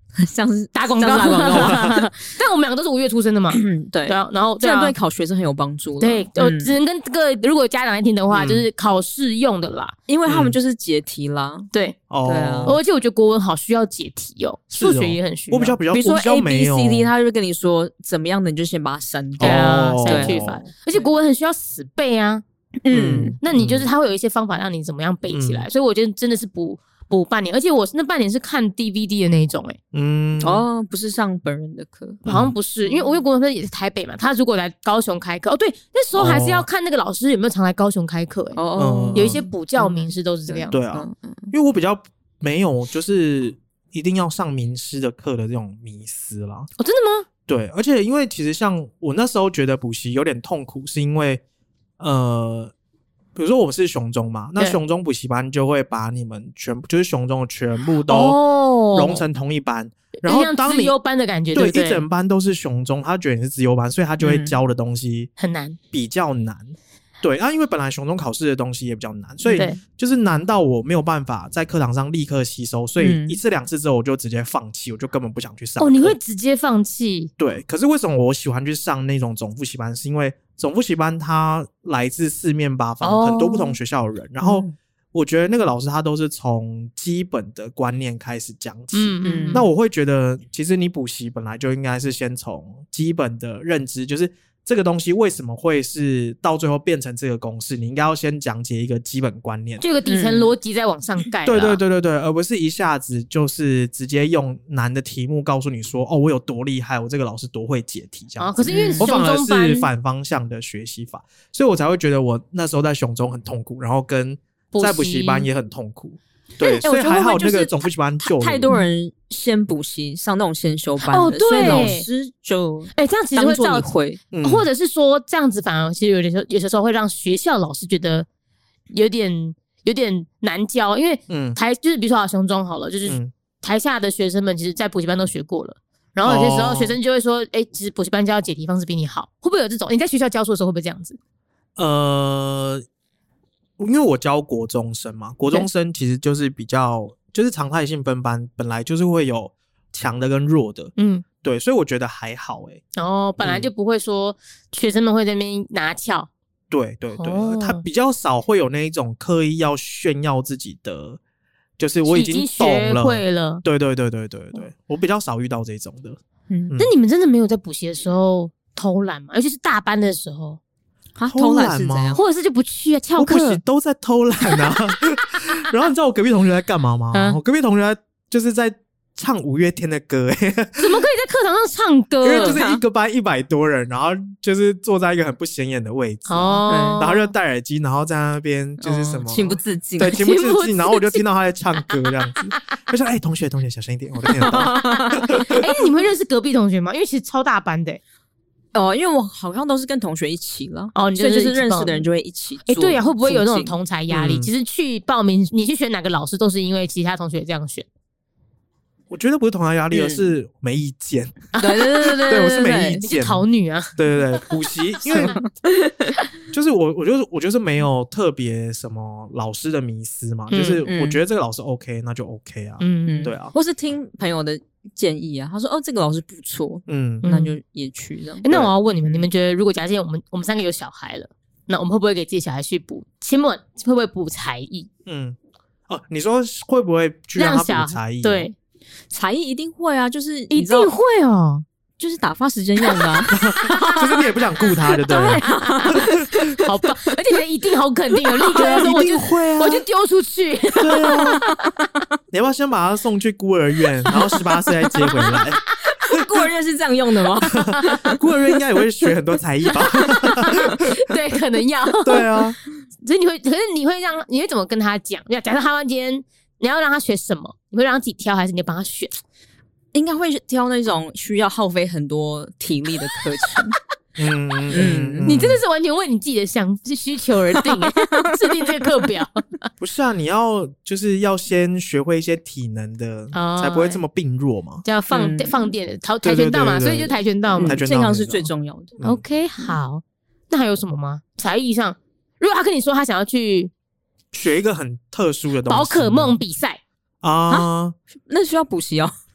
像是打广告，但我们两个都是5月出生的嘛， 对啊，然后这样对考学生很有帮助。 对，只能跟这个如果家长来听的话，就是考试用的啦， 因为他们就是解题啦。 对， 对啊， 而且我觉得国文好需要解题哦，数学也很需要。 我比较， 比如说 ABCD， 他就跟你说怎么样的，你就先把它删掉。 对啊，删去法。而且国文很需要死背啊，那你就是他会有一些方法让你怎么样背起来，所以我觉得真的是补半年，而且我那半年是看 DVD 的那一种不是上本人的课， 好像不是，因为国文科也是台北嘛，他如果来高雄开课，对，那时候还是要看那个老师有没有常来高雄开课，有一些补教名师都是这个样子。 对啊，因为我比较没有就是一定要上名师的课的这种迷思啦。 真的吗？ 对，而且因为其实像我那时候觉得补习有点痛苦，是因为比如说我们是雄中嘛，那雄中补习班就会把你们就是雄中的全部都融成同一班，然后当你资优班的感觉， 对， 对， 一整班都是雄中，他觉得你是资优班，所以他就会教的东西很难， 比较难。对，因为本来雄中考试的东西也比较难，所以就是难到我没有办法在课堂上立刻吸收，所以1次2次之后我就直接放弃，我就根本不想去上课。 你会直接放弃？ 对，可是为什么我喜欢去上那种总复习班？是因为总复习班它来自四面八方，很多不同学校的人，然后我觉得那个老师他都是从基本的观念开始讲起。那我会觉得，其实你补习本来就应该是先从基本的认知，就是这个东西为什么会是到最后变成这个公式，你应该要先讲解一个基本观念， 就有个底层逻辑再往上盖。 对，而不是一下子就是直接用难的题目告诉你说，我有多厉害，我这个老师多会解题这样子。 可是因为我反而是反方向的学习法，所以我才会觉得我那时候在雄中很痛苦，然后跟在补习班也很痛苦。对，所以还好那个总复习班就太多人先补习上那种先修班的，所以老师就这样其实会造成或者是说这样子反而其实有些时候会让学校老师觉得有点难教，因为就是比如说雄中好了，就是台下的学生们其实在补习班都学过了，然后有些时候学生就会说其实补习班教解题方式比你好，会不会有这种？你在学校教书的时候会不会这样子？ 因为我教国中生嘛，国中生其实就是比较就是常态性分班，本来就是会有强的跟弱的，对，所以我觉得还好本来就不会说学生们会在那边拿翘， 对，他比较少会有那一种刻意要炫耀自己的，就是我已经懂了， 学会了， 对，我比较少遇到这种的。 那你们真的没有在补习的时候偷懒吗？尤其是大班的时候。 偷懒吗？ 或者是就不去啊？翘课？ 我补习都在偷懒啊。然后你知道我隔壁同学在干嘛吗？我隔壁同学就是在唱5月天的歌。 怎么可以在课堂上唱歌？ 因为就是一个班100多人，然后就是坐在一个很不显眼的位置，然后就戴耳机，然后在那边就是什么情不自禁， 对，情不自禁。然后我就听到他在唱歌这样子，就说：“同学小声一点，我都听得到。” 你们认识隔壁同学吗？因为其实超大班的。 因为我好像都是跟同学一起了， 所以就是认识的人就会一起做。 对啊，会不会有那种同侪压力？其实去报名，你去选哪个老师，都是因为其他同学这样选。 我觉得不是同侪压力，而是没意见。 对， 我是没意见。 考女啊， 对，补习，因为就是我就是没有特别什么老师的迷思嘛，就是我觉得这个老师 OK， 那就 OK 啊，对啊， 或是听朋友的建议啊，他说这个老师不错，那就也去这样。 那我要问你们觉得如果假设我们3个有小孩了，那我们会不会给自己小孩去补？请问会不会补才艺？ 你说会不会去让他补才艺？ 对，才艺一定会啊，就是一定会哦， 就是打发时间用的啊。 就是你也不想顾他的，对不对？好棒，而且你一定好肯定哦，立刻说一定会啊， 我就丢出去。 对啊，你要不要先把他送去孤儿院，然后18岁再接回来？ 孤儿院是这样用的吗？ 孤儿院应该也会学很多才艺吧？ 对，可能要。 对啊， 所以可是你会怎么跟他讲？假设他今天你要让他学什么，你会让他自己挑，还是你帮他选？ 应该会挑那种需要耗费很多体力的课程。 你真的是完全为你自己的需求而定，制定这个课表。 不是啊，你就是要先学会一些体能的，才不会这么病弱嘛。 叫放电的跆拳道嘛，所以就跆拳道嘛， 健康是最重要的。 OK， 好，那还有什么吗？才艺上，如果他跟你说他想要去学一个很特殊的东西， 宝可梦比赛啊， 那需要补习哦。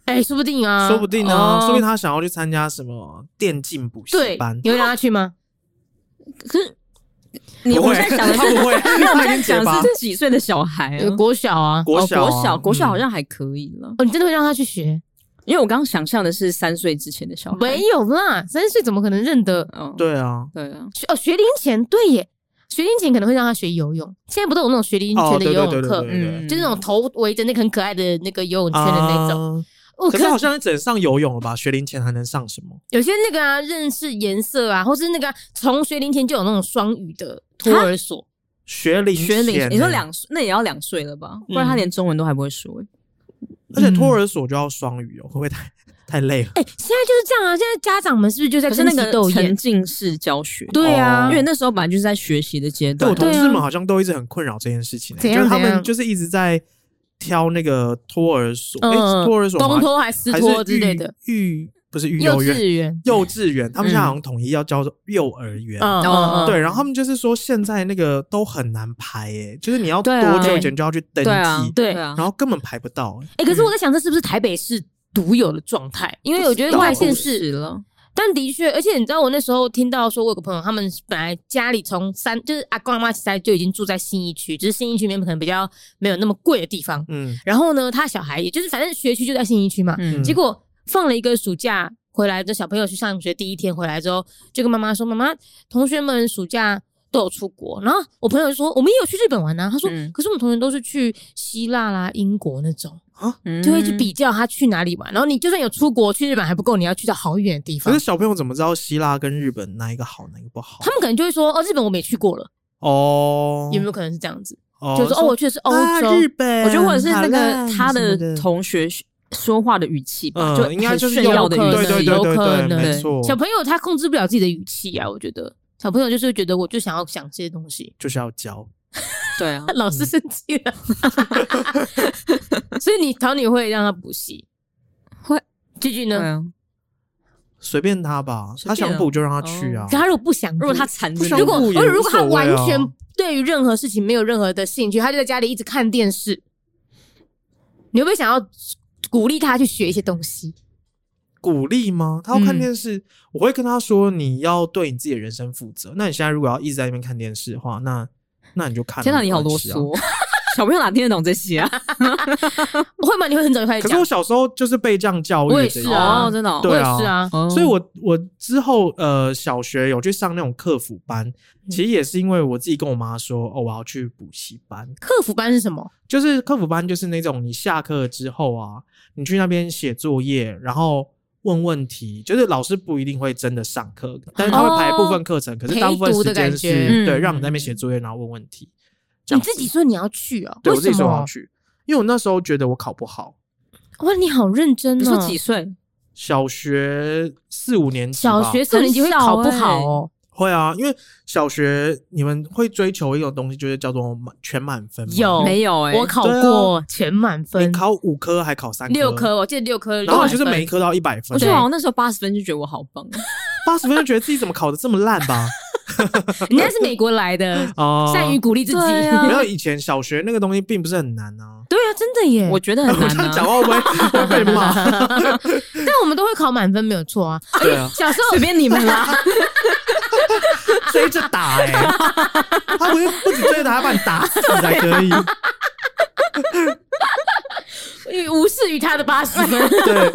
说不定啊， 说不定他想要去参加什么电竞补习班， 你会让他去吗？ 可是我在想的他不会， 没有，我在想是几岁的小孩啊？ 国小啊， 国小好像还可以了。 你真的会让他去学？ 因为我刚刚想象的是3岁之前的小孩， 没有啦，3岁怎么可能认得？ 对啊。 学龄前对耶，学龄前可能会让他学游泳。现在不都有那种学龄前的游泳课，就是那种头围着那个很可爱的那个游泳圈的那种。 可是好像只能上游泳了吧？学龄前还能上什么？ 有些那个认识颜色啊，或是那个从学龄前就有那种双语的托儿所。 学龄前， 你说2岁，那也要2岁了吧？不然他连中文都还不会说。 而且托儿所就要双语会不会太累了？ 现在就是这样啊！现在家长们是不是就在争奇斗艳？ 沉浸式教学， 对啊， 因为那时候本来就是在学习的阶段。 我同事们好像都一直很困扰这件事情，就是他们就是一直在挑那个托儿所，托儿所公托还私托之类的， 不是幼稚园， 他们现在好像统一要叫做幼儿园。对，然后他们就是说现在那个都很难排就是你要多久以前就要去登记， 对， 然后根本排不到。 可是我在想，这是不是台北市独有的状态？因为我觉得外县市了。 但的确，而且你知道，我那时候听到说，我有个朋友，他们本来家里就是阿公阿妈其实就已经住在信义区，只是信义区里面可能比较没有那么贵的地方。然后呢，他小孩也就是反正学区就在信义区嘛，结果放了一个暑假回来的小朋友去上学第一天回来之后，就跟妈妈说：“妈妈，同学们暑假都有出国。”然后我朋友就说：“我们也有去日本玩啊。”他说：“可是我们同学都是去希腊啦、英国那种。”就会去比较他去哪里玩，然后你就算有出国去日本还不够，你要去到好远的地方。 可是小朋友怎么知道希腊跟日本哪一个好哪一个不好？ 他们可能就会说：“日本我没去过了。”有没有可能是这样子？就是我去的是欧洲、 日本， 我觉得或者是那个他的同学说话的语气吧，就应该就是炫耀的语气， 有可能。 没错， 小朋友他控制不了自己的语气啊，我觉得小朋友就是觉得我就想要讲这些东西， 就是要教。 对啊， 老师生气了，所以桃女会让他补习， 会句呢？ 随便他吧，他想补就让他去啊。 可他如果不想， 如果他残忍， 如果他完全对于任何事情没有任何的兴趣，他就在家里一直看电视，你会不会想要鼓励他去学一些东西？ 鼓励吗？他要看电视，我会跟他说：“你要对你自己的人生负责。那你现在如果要一直在那边看电视的话，那你就看。” 天哪，你好啰嗦！小朋友哪听得懂这些啊？ 会吗？你会很早就开始讲？ 可是我小时候就是被这样教育的。 我也是啊， 真的。 对啊， 我也是啊。 所以我之后小学有去上那种客服班，其实也是因为我自己跟我妈说：“我要去补习班。” 客服班是什么？ 就是客服班，就是那种你下课之后啊，你去那边写作业，然后问问题，就是老师不一定会真的上课，但是他会排部分课程，可是大部分时间是对让你在那边写作业，然后问问题。 你自己说你要去哦？ 对，我自己说我要去，因为我那时候觉得我考不好。 哇，你好认真哦！ 你说几岁？ 小学4、5年级吧。 小学4、5年级会考不好哦？ 会啊，因为小学你们会追求一种东西，就是叫做全满分。 有没有？ 我考过全满分。 你考5科还考3科 ？6科，我记得6科。 然后就是每一科都要100分。 我觉得好像那时候80分就觉得我好棒 ，80分就觉得自己怎么考得这么烂吧？ 人家是美国来的，善于鼓励自己。 没有，以前小学那个东西并不是很难啊。 对啊，真的耶， 我觉得很难。 这样讲话会被骂。 但我们都会考满分，没有错啊。 对啊， 小时候随便你们啦， 追着打他不止追着打，他把你打死才可以。 无视于他的80分。 对，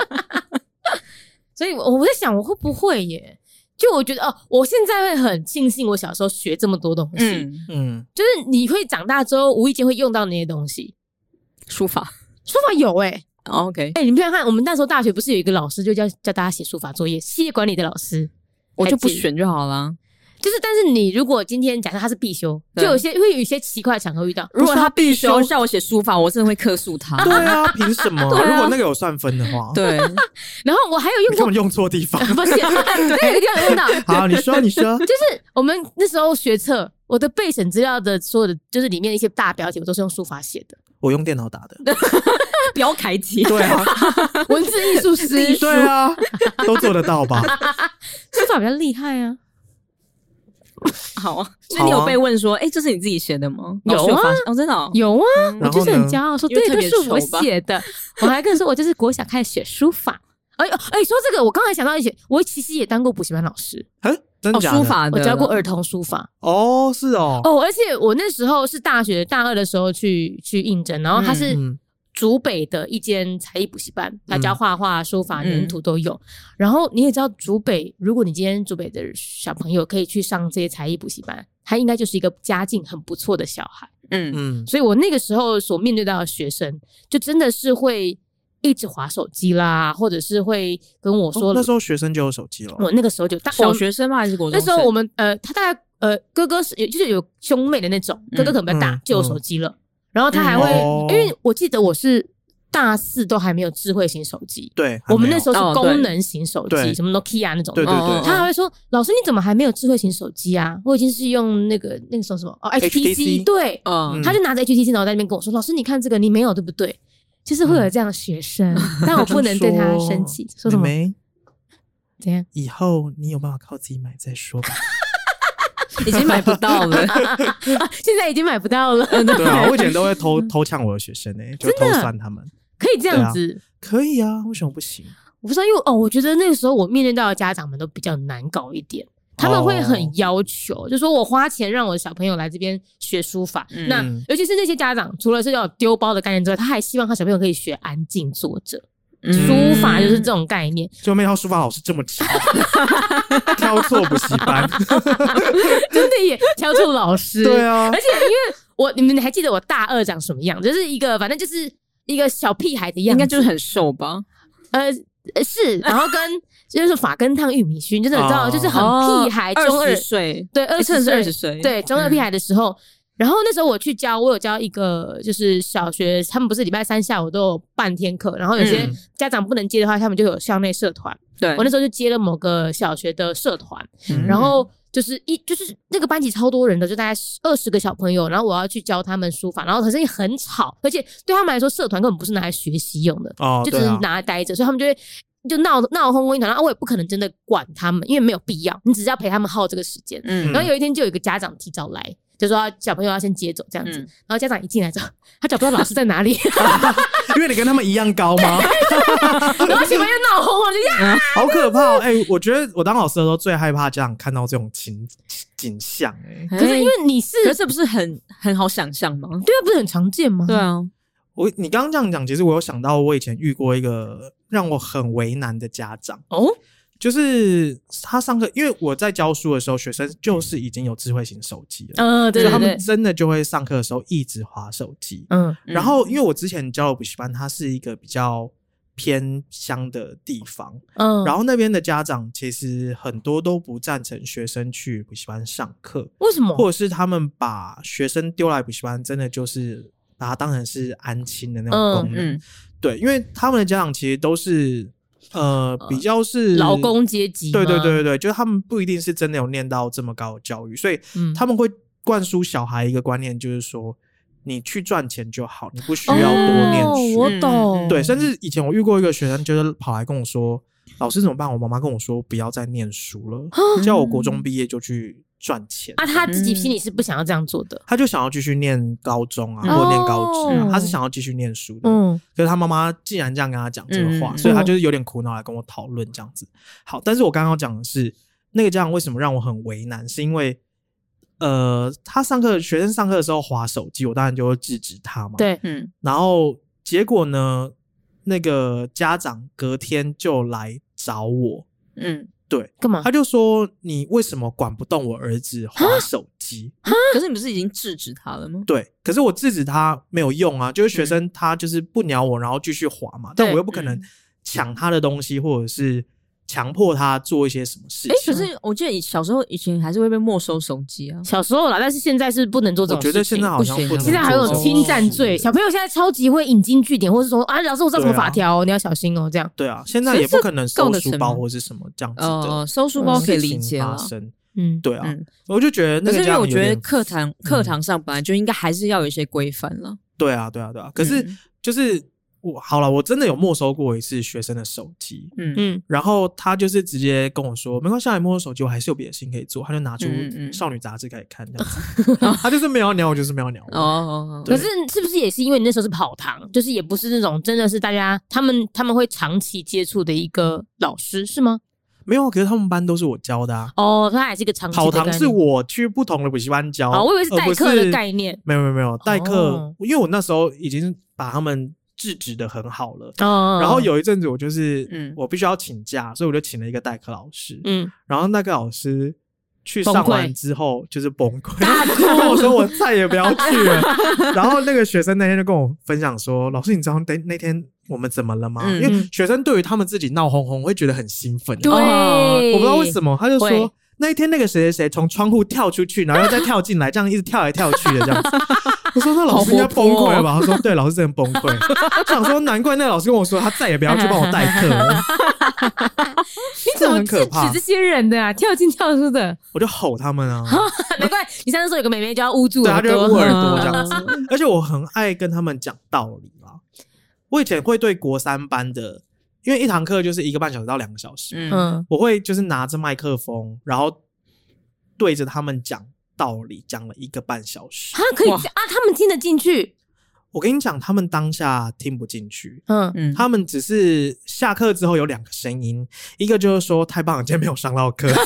所以我在想，我会不会耶？就我觉得我现在会很庆幸我小时候学这么多东西，就是你会长大之后无意间会用到那些东西。 书法有 OK， 你们想想看，我们那时候大学不是有一个老师就叫大家写书法作业，企业管理的老师， 我就不选就好了。 就是但是你如果今天假设他是必修，就会有一些奇怪的场合遇到。 如果他必修叫我写书法，我真的会客诉他。 对啊，凭什么？如果那个有算分的话， 对。 然后我还有用过， 你根本用错地方。 不是，那个地方用到。 好，你说。 就是我们那时候学测，我的备审资料的所有的就是里面的一些大标题，我都是用书法写的。 我用电脑打的。 标楷体。 对啊， 文字艺术师。 对啊，都做得到吧？ 书法比较厉害啊。 好啊，所以你有被问说，这是你自己写的吗？ 有啊， 真的有啊，我就是很骄傲说，对，这是我写的。我还跟你说，我就是国小开始学书法。说这个，我刚才想到我其实也当过补习班老师。 真的假的？ 书法的， 我教过儿童书法。 哦，是哦。 而且我那时候是大学大2的时候去应征，然后他是竹北的一间才艺补习班，他教画画、书法、粘土都有。然后你也知道，竹北，如果你今天竹北的小朋友可以去上这些才艺补习班，他应该就是一个家境很不错的小孩。所以我那个时候所面对到的学生，就真的是会一直滑手机啦，或者是会跟我说， 那时候学生就有手机了。 我那个时候就小学生吗？还是国中生？ 那时候我们他大概哥哥就是有兄妹的那种，哥哥可能比较大，就有手机了。然后他还会，因为我记得我是大4都还没有智慧型手机， 对， 我们那时候是功能型手机，什么 Nokia 那种。 对， 他还会说：“老师，你怎么还没有智慧型手机啊？我已经是用那个什么HTC。”对，他就拿着 HTC，然后在那边跟我说：“老师，你看这个，你没有对不对？”就是会有这样的学生，但我不能对他生气。说什么？怎样？ 以后你有办法靠自己买再说吧。 已经买不到了， 现在已经买不到了。 对啊，我以前都会偷抢我的学生就偷酸他们。 可以这样子？ 可以啊，为什么不行？ 我不知道，因为我觉得那个时候我面对到的家长们都比较难搞一点。他们会很要求，就说我花钱让我的小朋友来这边学书法。那尤其是那些家长，除了是要丢包的概念之外，他还希望他小朋友可以学安静坐着。书法就是这种概念。 就没想到书法老师这么巧，挑错补习班， 真的耶，挑错老师。 对啊， 而且因为你们还记得我大2长什么样？就是反正就是一个小屁孩的样子， 应该就是很瘦吧？ 是，然后就是发根烫玉米须，就是你知道，就是很屁孩，中2 岁， 对，20 岁， 对，中2屁孩的时候。然后那时候我有教一个就是小学，他们不是礼拜3下午都有半天课，然后有些家长不能接的话，他们就有校内社团。 对， 我那时候就接了某个小学的社团，然后就是那个班级超多人的，就大概20个小朋友，然后我要去教他们书法，然后可是也很吵，而且对他们来说，社团根本不是拿来学习用的，就只是拿来待着，所以他们就闹哄哄一团，然后我也不可能真的管他们，因为没有必要，你只是要陪他们耗这个时间。然后有一天就有一个家长提早来，就说小朋友要先接走这样子，然后家长一进来之后，他找不到老师在哪里， 因为你跟他们一样高吗？ 然后小朋友闹哄哄就好可怕！我觉得我当老师的时候最害怕家长看到这种景象。 可是因为可是这不是很好想象吗？ 对啊，不是很常见吗？ 对啊。 你刚刚这样讲，其实我有想到我以前遇过一个让我很为难的家长就是他上课，因为我在教书的时候，学生就是已经有智慧型手机了， 对， 所以他们真的就会上课的时候一直滑手机。然后因为我之前教的补习班，它是一个比较偏乡的地方，然后那边的家长其实很多都不赞成学生去补习班上课。 为什么？ 或者是他们把学生丢来补习班，真的就是把它当成是安亲的那种功能。对，因为他们的家长其实都是比较是劳工阶级， 对，就是他们不一定是真的有念到这么高的教育，所以他们会灌输小孩一个观念，就是说你去赚钱就好，你不需要多念书。 我懂。 对，甚至以前我遇过一个学生，就是跑来跟我说：“老师怎么办？我妈妈跟我说不要再念书了，叫我国中毕业就去赚钱。” 他自己心里是不想要这样做的， 他就想要继续念高中啊，或念高职啊，他是想要继续念书的。可是他妈妈既然这样跟他讲这个话，所以他就是有点苦恼来跟我讨论这样子。好，但是我刚刚讲的是那个家长为什么让我很为难，是因为他学生上课的时候滑手机，我当然就会制止他嘛。 对， 然后结果呢，那个家长隔天就来找我，对， 干嘛？ 他就说你为什么管不动我儿子滑手机？ 可是你不是已经制止他了吗？ 对，可是我制止他没有用啊，就是学生他就是不鸟我，然后继续滑嘛，但我又不可能抢他的东西，或者是强迫他做一些什么事情。 可是我记得小时候以前还是会被没收手机啊， 小时候啦，但是现在是不能做这种事情。 我觉得现在好像不能， 现在还有侵占罪，小朋友现在超级会引经据典，或是说老师我知道什么法条，你要小心哦，这样。 对啊，现在也不可能收书包或是什么这样子的。 收书包可以理解了。 对啊，我就觉得那个家长有点， 可是因为我觉得课堂上本来就应该还是要有一些规范了。 对啊。可是就是好了，我真的有没收过一次学生的手机，然后他就是直接跟我说，没关系，你没收手机，我还是有别的事情可以做，他就拿出少女杂志开始看，这样子，他就是没有鸟我，就是没有鸟我。 可是是不是也是因为你那时候是跑堂，就是也不是那种真的是大家他们会长期接触的一个老师是吗？ 没有，可是他们班都是我教的啊。 哦，他还是一个长期的概念。 跑堂是我去不同的补习班教。 我以为是代课的概念。 没有代课，因为我那时候已经把他们制止的很好了。然后有一阵子我就是我必须要请假，所以我就请了一个代课老师。然后那个老师去上完之后就是崩溃，跟我说我再也不要去了。然后那个学生那天就跟我分享说，老师你知道那天我们怎么了吗？因为学生对于他们自己闹哄哄会觉得很兴奋。 对， 我不知道为什么，他就说那一天那个谁谁谁从窗户跳出去，然后又再跳进来，这样一直跳来跳去的这样子。我说那老师应该崩溃了吧？他说对，老师真的崩溃。我想说难怪那个老师跟我说他再也不要去帮我代课了。 你怎么制止这些人的啊？跳进跳出的， 我就吼他们啊！ 难怪你上次说有个妹妹就要捂住耳朵，对，她就捂耳朵这样子。 嗯而且我很爱跟他们讲道理啊。我以前会对国3班的，因为一堂课就是1个半小时到2个小时，我会就是拿着麦克风，然后对着他们讲道理，讲了1个半小时。 可以啊？他们听得进去？ 我跟你讲，他们当下听不进去，他们只是下课之后有2个声音，一个就是说太棒了，今天没有上到课，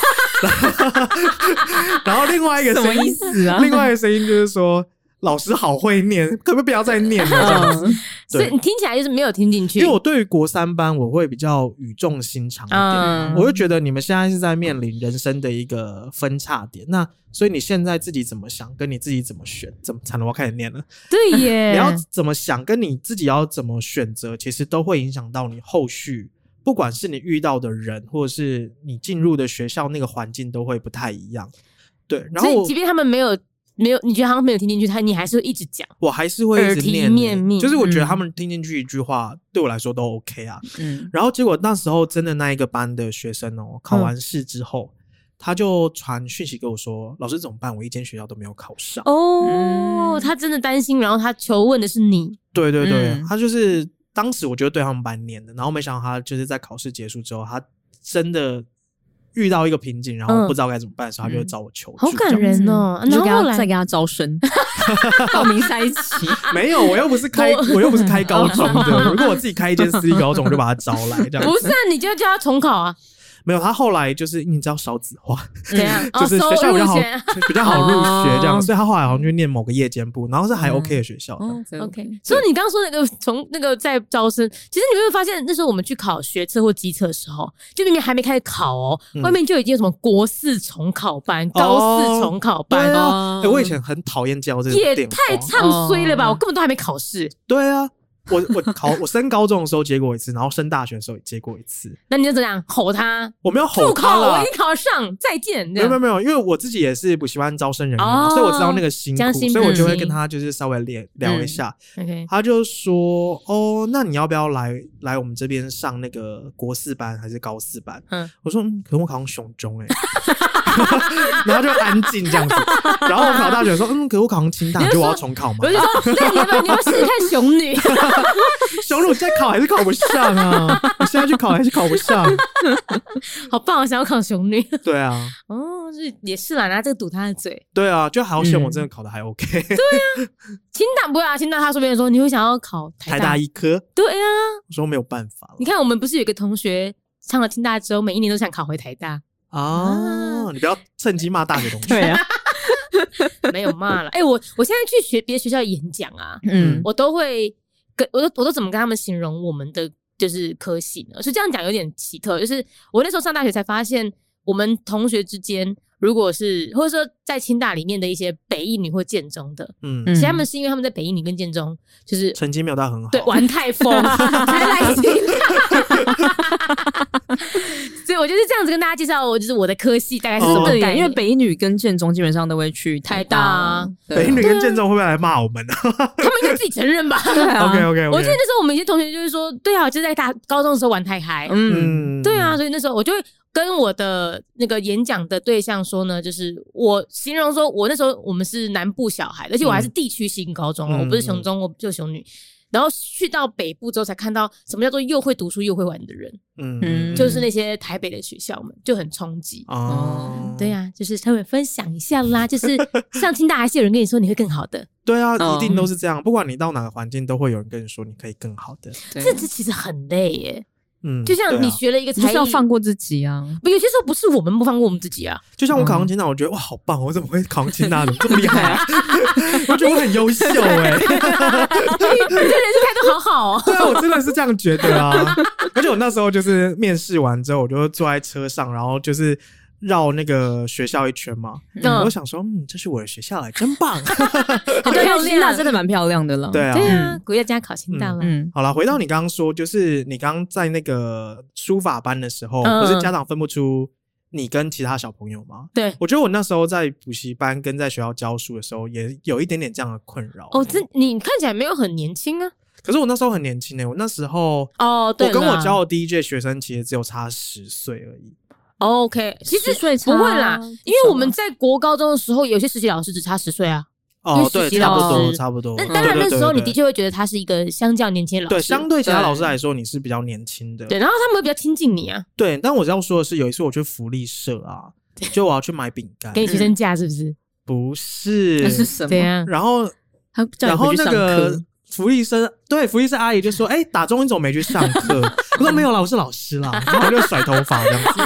然后另外一个声音什么意思啊？ 另外一个声音就是说老师好会念，可不可以不要再念了这样子？ 所以你听起来就是没有听进去。 因为我对于国3班我会比较语重心长一点，我就觉得你们现在是在面临人生的一个分叉点，那所以你现在自己怎么想，跟你自己怎么选，怎么才能我开始念了？ 对耶， 你要怎么想，跟你自己要怎么选择，其实都会影响到你后续，不管是你遇到的人，或者是你进入的学校那个环境都会不太一样。对，然后所以即便他们没有，你觉得他们没有听进去，你还是会一直讲， 我还是会一直念， 耳提面命， 就是我觉得他们听进去一句话，对我来说都 OK 啊。然后结果那时候真的那一个班的学生考完试之后，他就传讯息给我说，老师怎么办？我一间学校都没有考上。 他真的担心，然后他求问的是你。 对对对，他就是当时我觉得对他们班念的，然后没想到他就是在考试结束之后，他真的遇到一个瓶颈，然后不知道该怎么办的时候，他就会找我求助。 好感人哦！ 然后后来再给他招生，报名在一起。 没有，我又不是开高中的。如果我自己开一间私立高中，我就把他招来这样。 不是啊，你就叫他重考啊。 没有，他后来就是你知道少子化， 怎样？ 就是学校比较好入学这样，所以他后来好像就念某个夜间部，然后是还 OK 的学校。 OK， 所以你刚刚说那个从那个在招生，其实你会发现那时候我们去考学测或基测的时候，就明明还没开始考外面就已经有什么国4重考班、高4重考班。 我以前很讨厌教这个电话， 也太唱衰了吧！我根本都还没考试。 对啊。我升高中的时候接过一次，然后升大学的时候也接过一次。 那你就怎样吼他？ 我没有吼他啦， 我已经考上，再见。 没有，因为我自己也是补习班招生人员，所以我知道那个辛苦，所以我就会跟他就是稍微聊一下。他就说那你要不要来我们这边上那个国4班还是高4班？我说可是我考上雄中然后就安静这样子。然后我考大学说可是我考上清大，你觉得我要重考吗？ 我就说那你要不要试试看雄女？ 雄女现在考还是考不上啊！我现在去考还是考不上。 好棒，我想要考雄女。 对啊， 也是啦，拿这个堵他的嘴。 对啊，就好险我真的考的还 OK。 对啊，清大不会啊，清大他说别人说你会想要考台大医科。 对啊， 我说没有办法。 你看我们不是有一个同学上了清大之后，每一年都想考回台大你不要趁机骂大学同学。 对啊。 没有骂了。我现在去别的学校演讲啊，我都会我都怎么跟他们形容我们的就是科系呢？所以这样讲有点奇特，就是我那时候上大学才发现，我们同学之间，如果是或者说在清大里面的一些北一女或建中的，其实他们是因为他们在北一女跟建中就是成绩没有到很好， 对，玩太疯才来清大。所以我就是这样子跟大家介绍，就是我的科系大概是什么概念。 因为北一女跟建中基本上都会去台大， 北一女跟建中会不会来骂我们呢？ 他们应该自己承认吧。 OK， 我记得那时候我们一些同学就是说，对啊，就是在高中的时候玩太嗨，对啊，所以那时候我就会跟我的那个演讲的对象说呢，就是我形容说我那时候我们是南部小孩，而且我还是地区型高中，我不是雄中，我就雄女。 然后去到北部之后才看到什么叫做又会读书又会玩的人，就是那些台北的学校们就很冲击对啊，就是稍微分享一下啦，就是上清大还是有人跟你说你会更好的， 对啊，一定都是这样，不管你到哪个环境都会有人跟你说你可以更好的， 这其实很累耶。就像你学了一个才艺， 就是要放过自己啊。 有些时候不是我们不放过我们自己啊。 就像我考上清大，我觉得哇好棒，我怎么会考上清大的这么厉害啊？我觉得我很优秀哎， 你这人生态度好好哦。 对啊，我真的是这样觉得啊。而且我那时候就是面试完之后，我就坐在车上，然后就是绕那个学校一圈嘛，我就想说，这是我的学校来，真棒， 好漂亮，清大真的蛮漂亮的了。 对啊， 对啊，国家考清大了。 好了，回到你刚刚说，就是你刚刚在那个书法班的时候，不是家长分不出你跟其他小朋友吗？ 对， 我觉得我那时候在补习班跟在学校教书的时候，也有一点点这样的困扰。 你看起来没有很年轻啊。 可是我那时候很年轻我那时候对， 我跟我教的第一届学生其实只有差10岁而已。 OK， 其实不会啦，因为我们在国高中的时候，有些实习老师只差10岁啊。 对，差不多。 那当然，那时候你的确会觉得他是一个相较年轻的老师， 对，相对其他老师来说，你是比较年轻的。 对，然后他们会比较亲近你啊。 对，但我要说的是，有一次我去福利社啊，就我要去买饼干， 给你学生价是不是？ 不是， 那是什么？ 对啊。 然后那个福利社阿姨就说：“打钟你怎么没去上课？”我说：“没有啦，我是老师啦。”然后就甩头发这样子。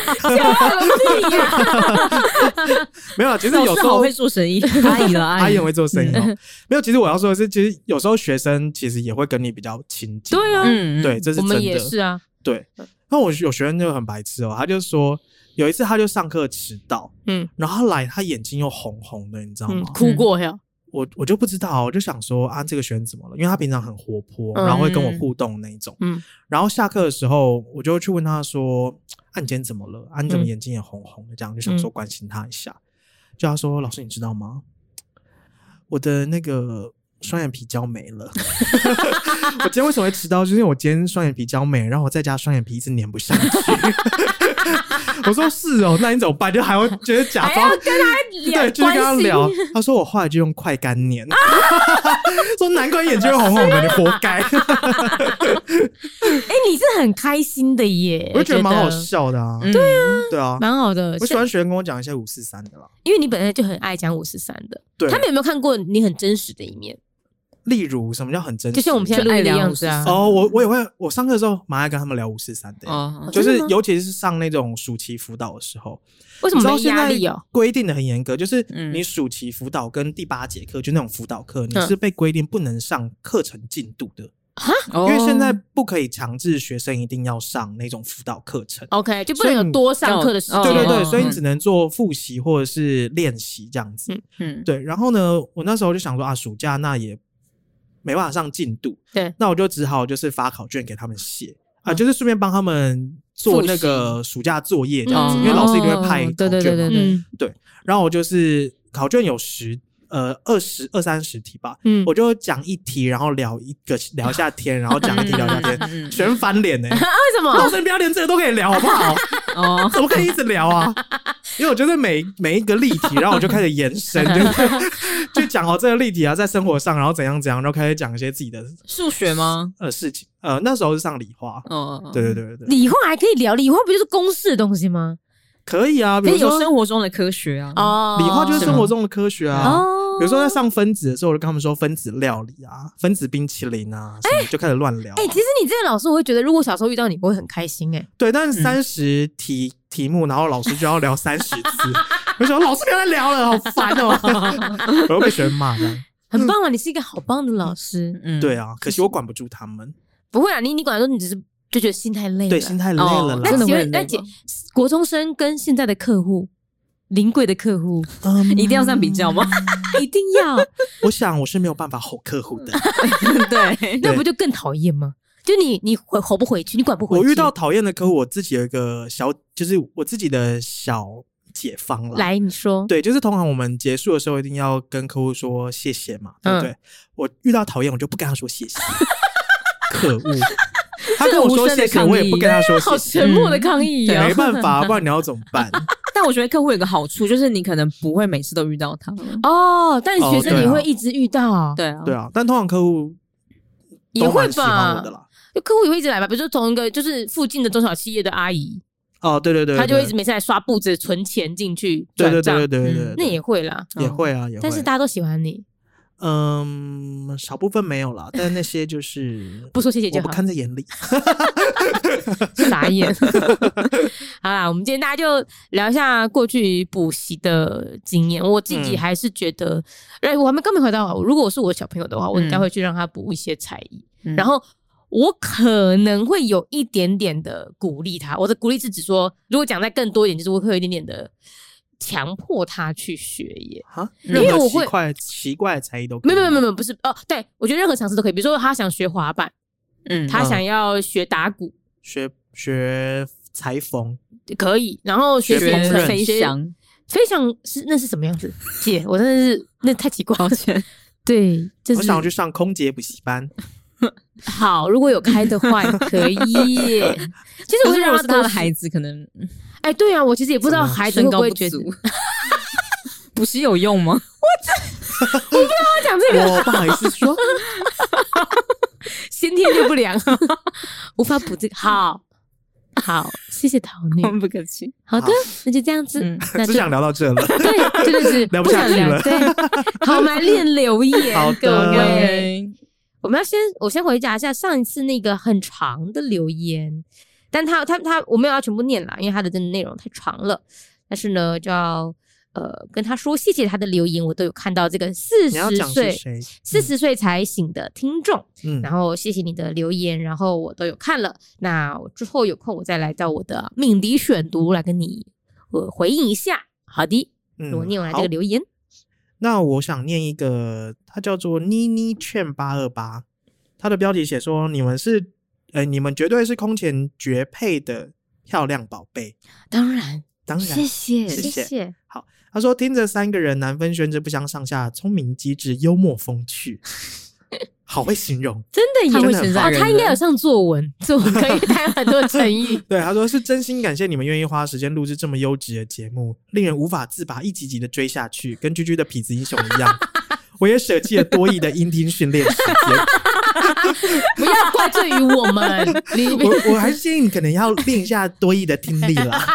没有啦，其实有时候好会做生意， 阿姨很会做生意没有，其实我要说的是，其实有时候学生其实也会跟你比较亲近。 对啊， 对，这是真的。 我们也是啊。 对，那我有学生就很白痴他就说有一次他就上课迟到，然后他眼睛又红红的，你知道吗？ 哭过呀。 我就不知道，我就想说这个学生怎么了？因为他平常很活泼，然后会跟我互动那一种。然后下课的时候，我就去问他说：“你今天怎么了？你怎么眼睛也红红的？”这样就想说关心他一下。就他说：“老师，你知道吗？我的那个双眼皮胶没了。我今天为什么会迟到？就是因为我今天双眼皮胶没，然后我在家双眼皮一直粘不上去。”我说是那你怎么办？就还会觉得假装跟他聊， 对，就是跟他聊。他说我后来就用快干粘，说难怪眼睛会红红的，你活该。 你是很开心的耶， 我就觉得蛮好笑的啊。对啊， 蛮好的。 我喜欢学生跟我讲一些543的啦， 因为你本来就很爱讲543的。对，他们有没有看过你很真实的一面？ 例如什么叫很真实？ 就像我们现在录音的样子啊。 我也会，我上课的时候蛮爱跟他们聊543的，就是尤其是上那种暑期辅导的时候。 为什么没压力规定的很严格，就是你暑期辅导跟第8节课，就那种辅导课，你是被规定不能上课程进度的。因为现在不可以强制学生一定要上那种辅导课程 ，OK， 就不能有多上课的时间。 对，所以你只能做复习或者是练习这样子。对。然后呢，我那时候就想说暑假那也没办法上进度， 对， 那我就只好就是发考卷给他们写就是顺便帮他们做那个暑假作业这样子，因为老师一定会派考卷嘛。对。然后我就是考卷有20-30题吧，我就讲一题，然后聊一下天，然后讲一题聊一下天，全翻脸为什么？ 老师你不要连这个都可以聊好不好？怎么可以一直聊啊？因为我觉得每一个例题，然后我就开始延伸，就讲这个例题在生活上，然后怎样，然后开始讲一些自己的数学吗？ 事情。那时候是上理化。对。 理化还可以聊，理化不就是公式的东西吗？ 可以啊，比如说有生活中的科学啊。 理化就是生活中的科学啊。比如说在上分子的时候，我就跟他们说分子料理啊，分子冰淇淋啊，什么就开始乱聊。 其实你这个老师，我会觉得，如果小时候遇到你，我会很开心。 对，但是30题目，然后老师就要聊30次，我想老师不要再聊了，好烦我会被学生骂的。 很棒啊，你是一个好棒的老师。 对啊，可惜我管不住他们。 不会啊，你管得住，你只是就觉得心太累了。 对，心太累了啦。 真的会很累。 那国中生跟现在的客户。临柜的客户一定要这样比较吗？ 一定要。 我想我是没有办法吼客户的。 对， 那不就更讨厌吗？就你吼不回去，你管不回去。 我遇到讨厌的客户，我自己有一个就是我自己的小解方啦。 来，你说。 对，就是通常我们结束的时候一定要跟客户说谢谢嘛，对不对？我遇到讨厌我就不跟他说谢谢。可恶。他跟我说谢谢，我也不跟他说谢谢。 好沉默的抗议没办法，不然你要怎么办？ 但我觉得客户有个好处，就是你可能不会每次都遇到他但学生你会一直遇到。 对啊， 但通常客户也会吧， 都蛮喜欢我的啦。 客户也会一直来吧，比如说同一个就是附近的中小企业的阿姨， 哦，对， 他就会一直每次来刷步子存钱进去转账， 对， 那也会啦， 也会啊，也会。 但是大家都喜欢你， 少部分没有啦，但那些就是不说谢谢就好， 我不看在眼里， 傻眼。好啦，我们今天大家就聊一下过去补习的经验。我自己还是觉得，我刚没回答，如果我是我的小朋友的话，我应该会去让他补一些才艺，然后我可能会有一点点的鼓励他。我的鼓励是指说，如果讲再更多一点，就是我会有一点点的强迫他去学耶。因为我会奇怪的才艺都可以。 没有，不是哦，对，我觉得任何尝试都可以。比如说他想学滑板，他想要学打鼓， 学裁缝可以，然后学飞翔， 那是什么样子？姐，我真的是那太奇怪了。对，就是我想去上空姐补习班。 好，如果有开的话可以耶。其实我是让他的孩子可能， 对啊，我其实也不知道孩子会不会觉得补习有用吗？ 我不知道要讲这个， 我不好意思说， 先天就不良，无法补这个。好，谢谢桃女， 不客气。 好的，那就这样子， 只想聊到这了。 对，真的是聊不下去了。 对，好，我们来练留言。 好的， 各位，我先回答一下上一次那个很长的留言，但他我没有要全部念啦，因为他的真的内容太长了。但是呢，就要跟他说谢谢他的留言，我都有看到这个40岁才醒的听众，然后谢谢你的留言，然后我都有看了。那我之后有空我再来到我的敏迪选读来跟你回应一下。好的，我念完这个留言。 那我想念一个，它叫做妮妮劝828，它的标题写说你们绝对是空前绝配的漂亮宝贝。 当然，谢谢。 好，他说听着3个人难分轩轾不相上下，聪明机智幽默风趣，好会形容， 真的他会称赞人， 他应该有上作文可以带很多诚意。 对，他说是真心感谢你们愿意花时间录制这么优质的节目，令人无法自拔，一集集的追下去，跟居居的痞子英雄一样。我也舍弃了多益的音听训练时间。 不要怪罪于我们。 我还是建议你可能要练一下多益的听力啦。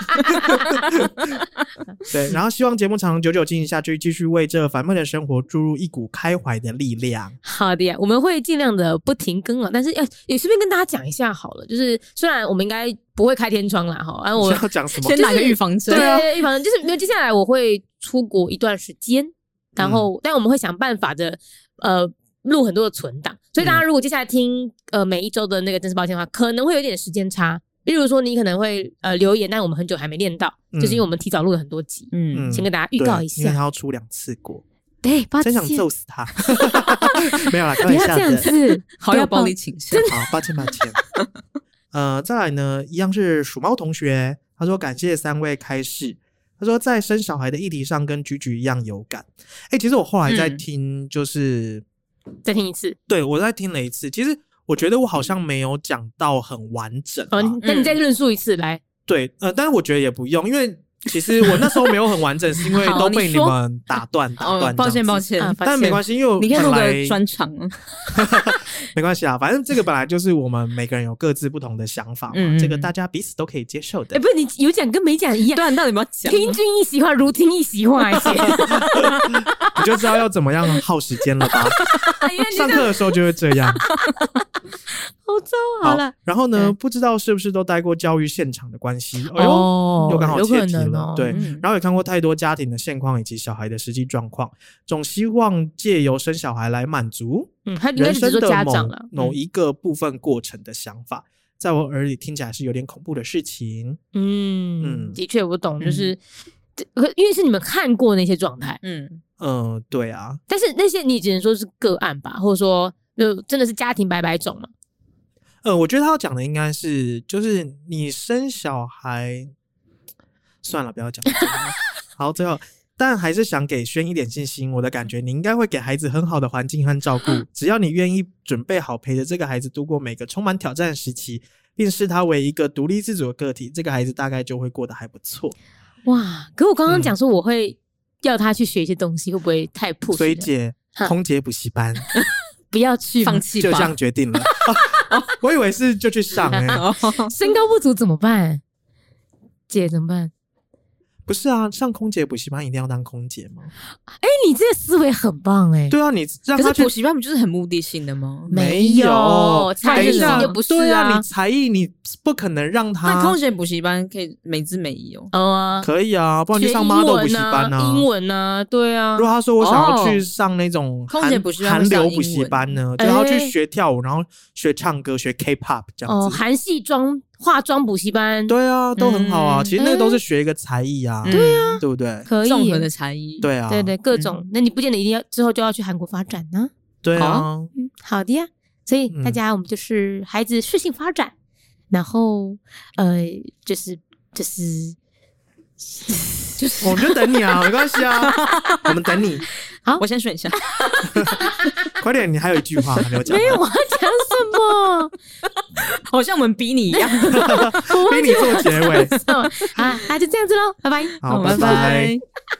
对，然后希望节目长长久久进行下去，继续为这烦闷的生活注入一股开怀的力量。 好的呀，我们会尽量的不停更了，但是也顺便跟大家讲一下好了，就是虽然我们应该不会开天窗啦齁，我要讲什么？ 先打个预防针。 对，预防针就是因为接下来我会出国一段时间，然后但我们会想办法的录很多的存档，所以大家如果接下来听每一周的那个真是抱歉的话，可能会有点时间差。例如说你可能会留言，但我们很久还没练到，就是因为我们提早录了很多集，先跟大家预告一下， 因为他要出2次国。 对，抱歉， 真想揍死他。没有啦，开玩笑的， 不要这样子， 好有暴力倾向。 好，抱歉。再来呢，一样是鼠猫同学，他说感谢3位开示。他说在生小孩的议题上跟居居一样有感。其实我后来在听，就是再听一次。 对，我再听了一次，其实我觉得我好像没有讲到很完整。 那你再论述一次来。 对，但是我觉得也不用，因为其实我那时候没有很完整，是因为都被你们打断。 抱歉， 但没关系，因为你可以录个专场。 没关系啊，反正这个本来就是我们每个人有各自不同的想法嘛，这个大家彼此都可以接受的。 不是你有讲跟没讲一样， 对，你到底有没有讲？ 听君一席话，如听一席话， 你就知道要怎么样耗时间了吧？上课的时候就会这样。 好糟，好了。 然后呢，不知道是不是都待过教育现场的关系，又刚好切题了。对，然后也看过太多家庭的现况以及小孩的实际状况，总希望借由生小孩来满足人生的某一个部分过程的想法，在我耳里听起来是有点恐怖的事情。 的确我懂，就是因为是你们看过那些状态。 对啊。但是那些你只能说是个案吧，或者说就真的是家庭百百种嘛。 我觉得他要讲的应该是，就是你生小孩，算了，不要讲。好，最后，但还是想给轩一点信心。我的感觉，你应该会给孩子很好的环境和照顾，只要你愿意准备好陪着这个孩子度过每个充满挑战的时期，并视他为一个独立自主的个体，这个孩子大概就会过得还不错。 哇！可我刚刚讲说我会要他去学一些东西，会不会太push？ 所以空姐补习班。 不要去， 放弃吧， 就这样决定了。我以为是就去上身高不足怎么办？姐怎么办？ 不是啊，上空姐补习班一定要当空姐吗？ 你这个思维很棒对啊，你让他可是补习班不就是很目的性的吗？ 没有，才艺就不是对啊，你才艺你不可能让他。 那空姐补习班可以美姿美仪可以啊，不然去上 model 补习班啊， 英文啊，对啊。 如果他说我想要去上那种空姐补习班韩流补习班呢，就要去学跳舞，然后学唱歌，学 K-pop 这样子。 韩系化妆补习班， 对啊，都很好啊。其实那个都是学一个才艺啊，对啊，对不对？ 可以综合的才艺， 对啊， 对各种。那你不见得一定要之后就要去韩国发展呢。 对啊， 好的呀。所以大家我们就是孩子适性发展，然后就是我们就等你啊，没关系啊，我们等你。 好，我先选一下。 快点，你还有一句话还没有讲。 没有，我要讲什么？ 好像我们逼你一样， 逼你做结尾。 好，那就这样子喽，拜拜。 好，拜拜。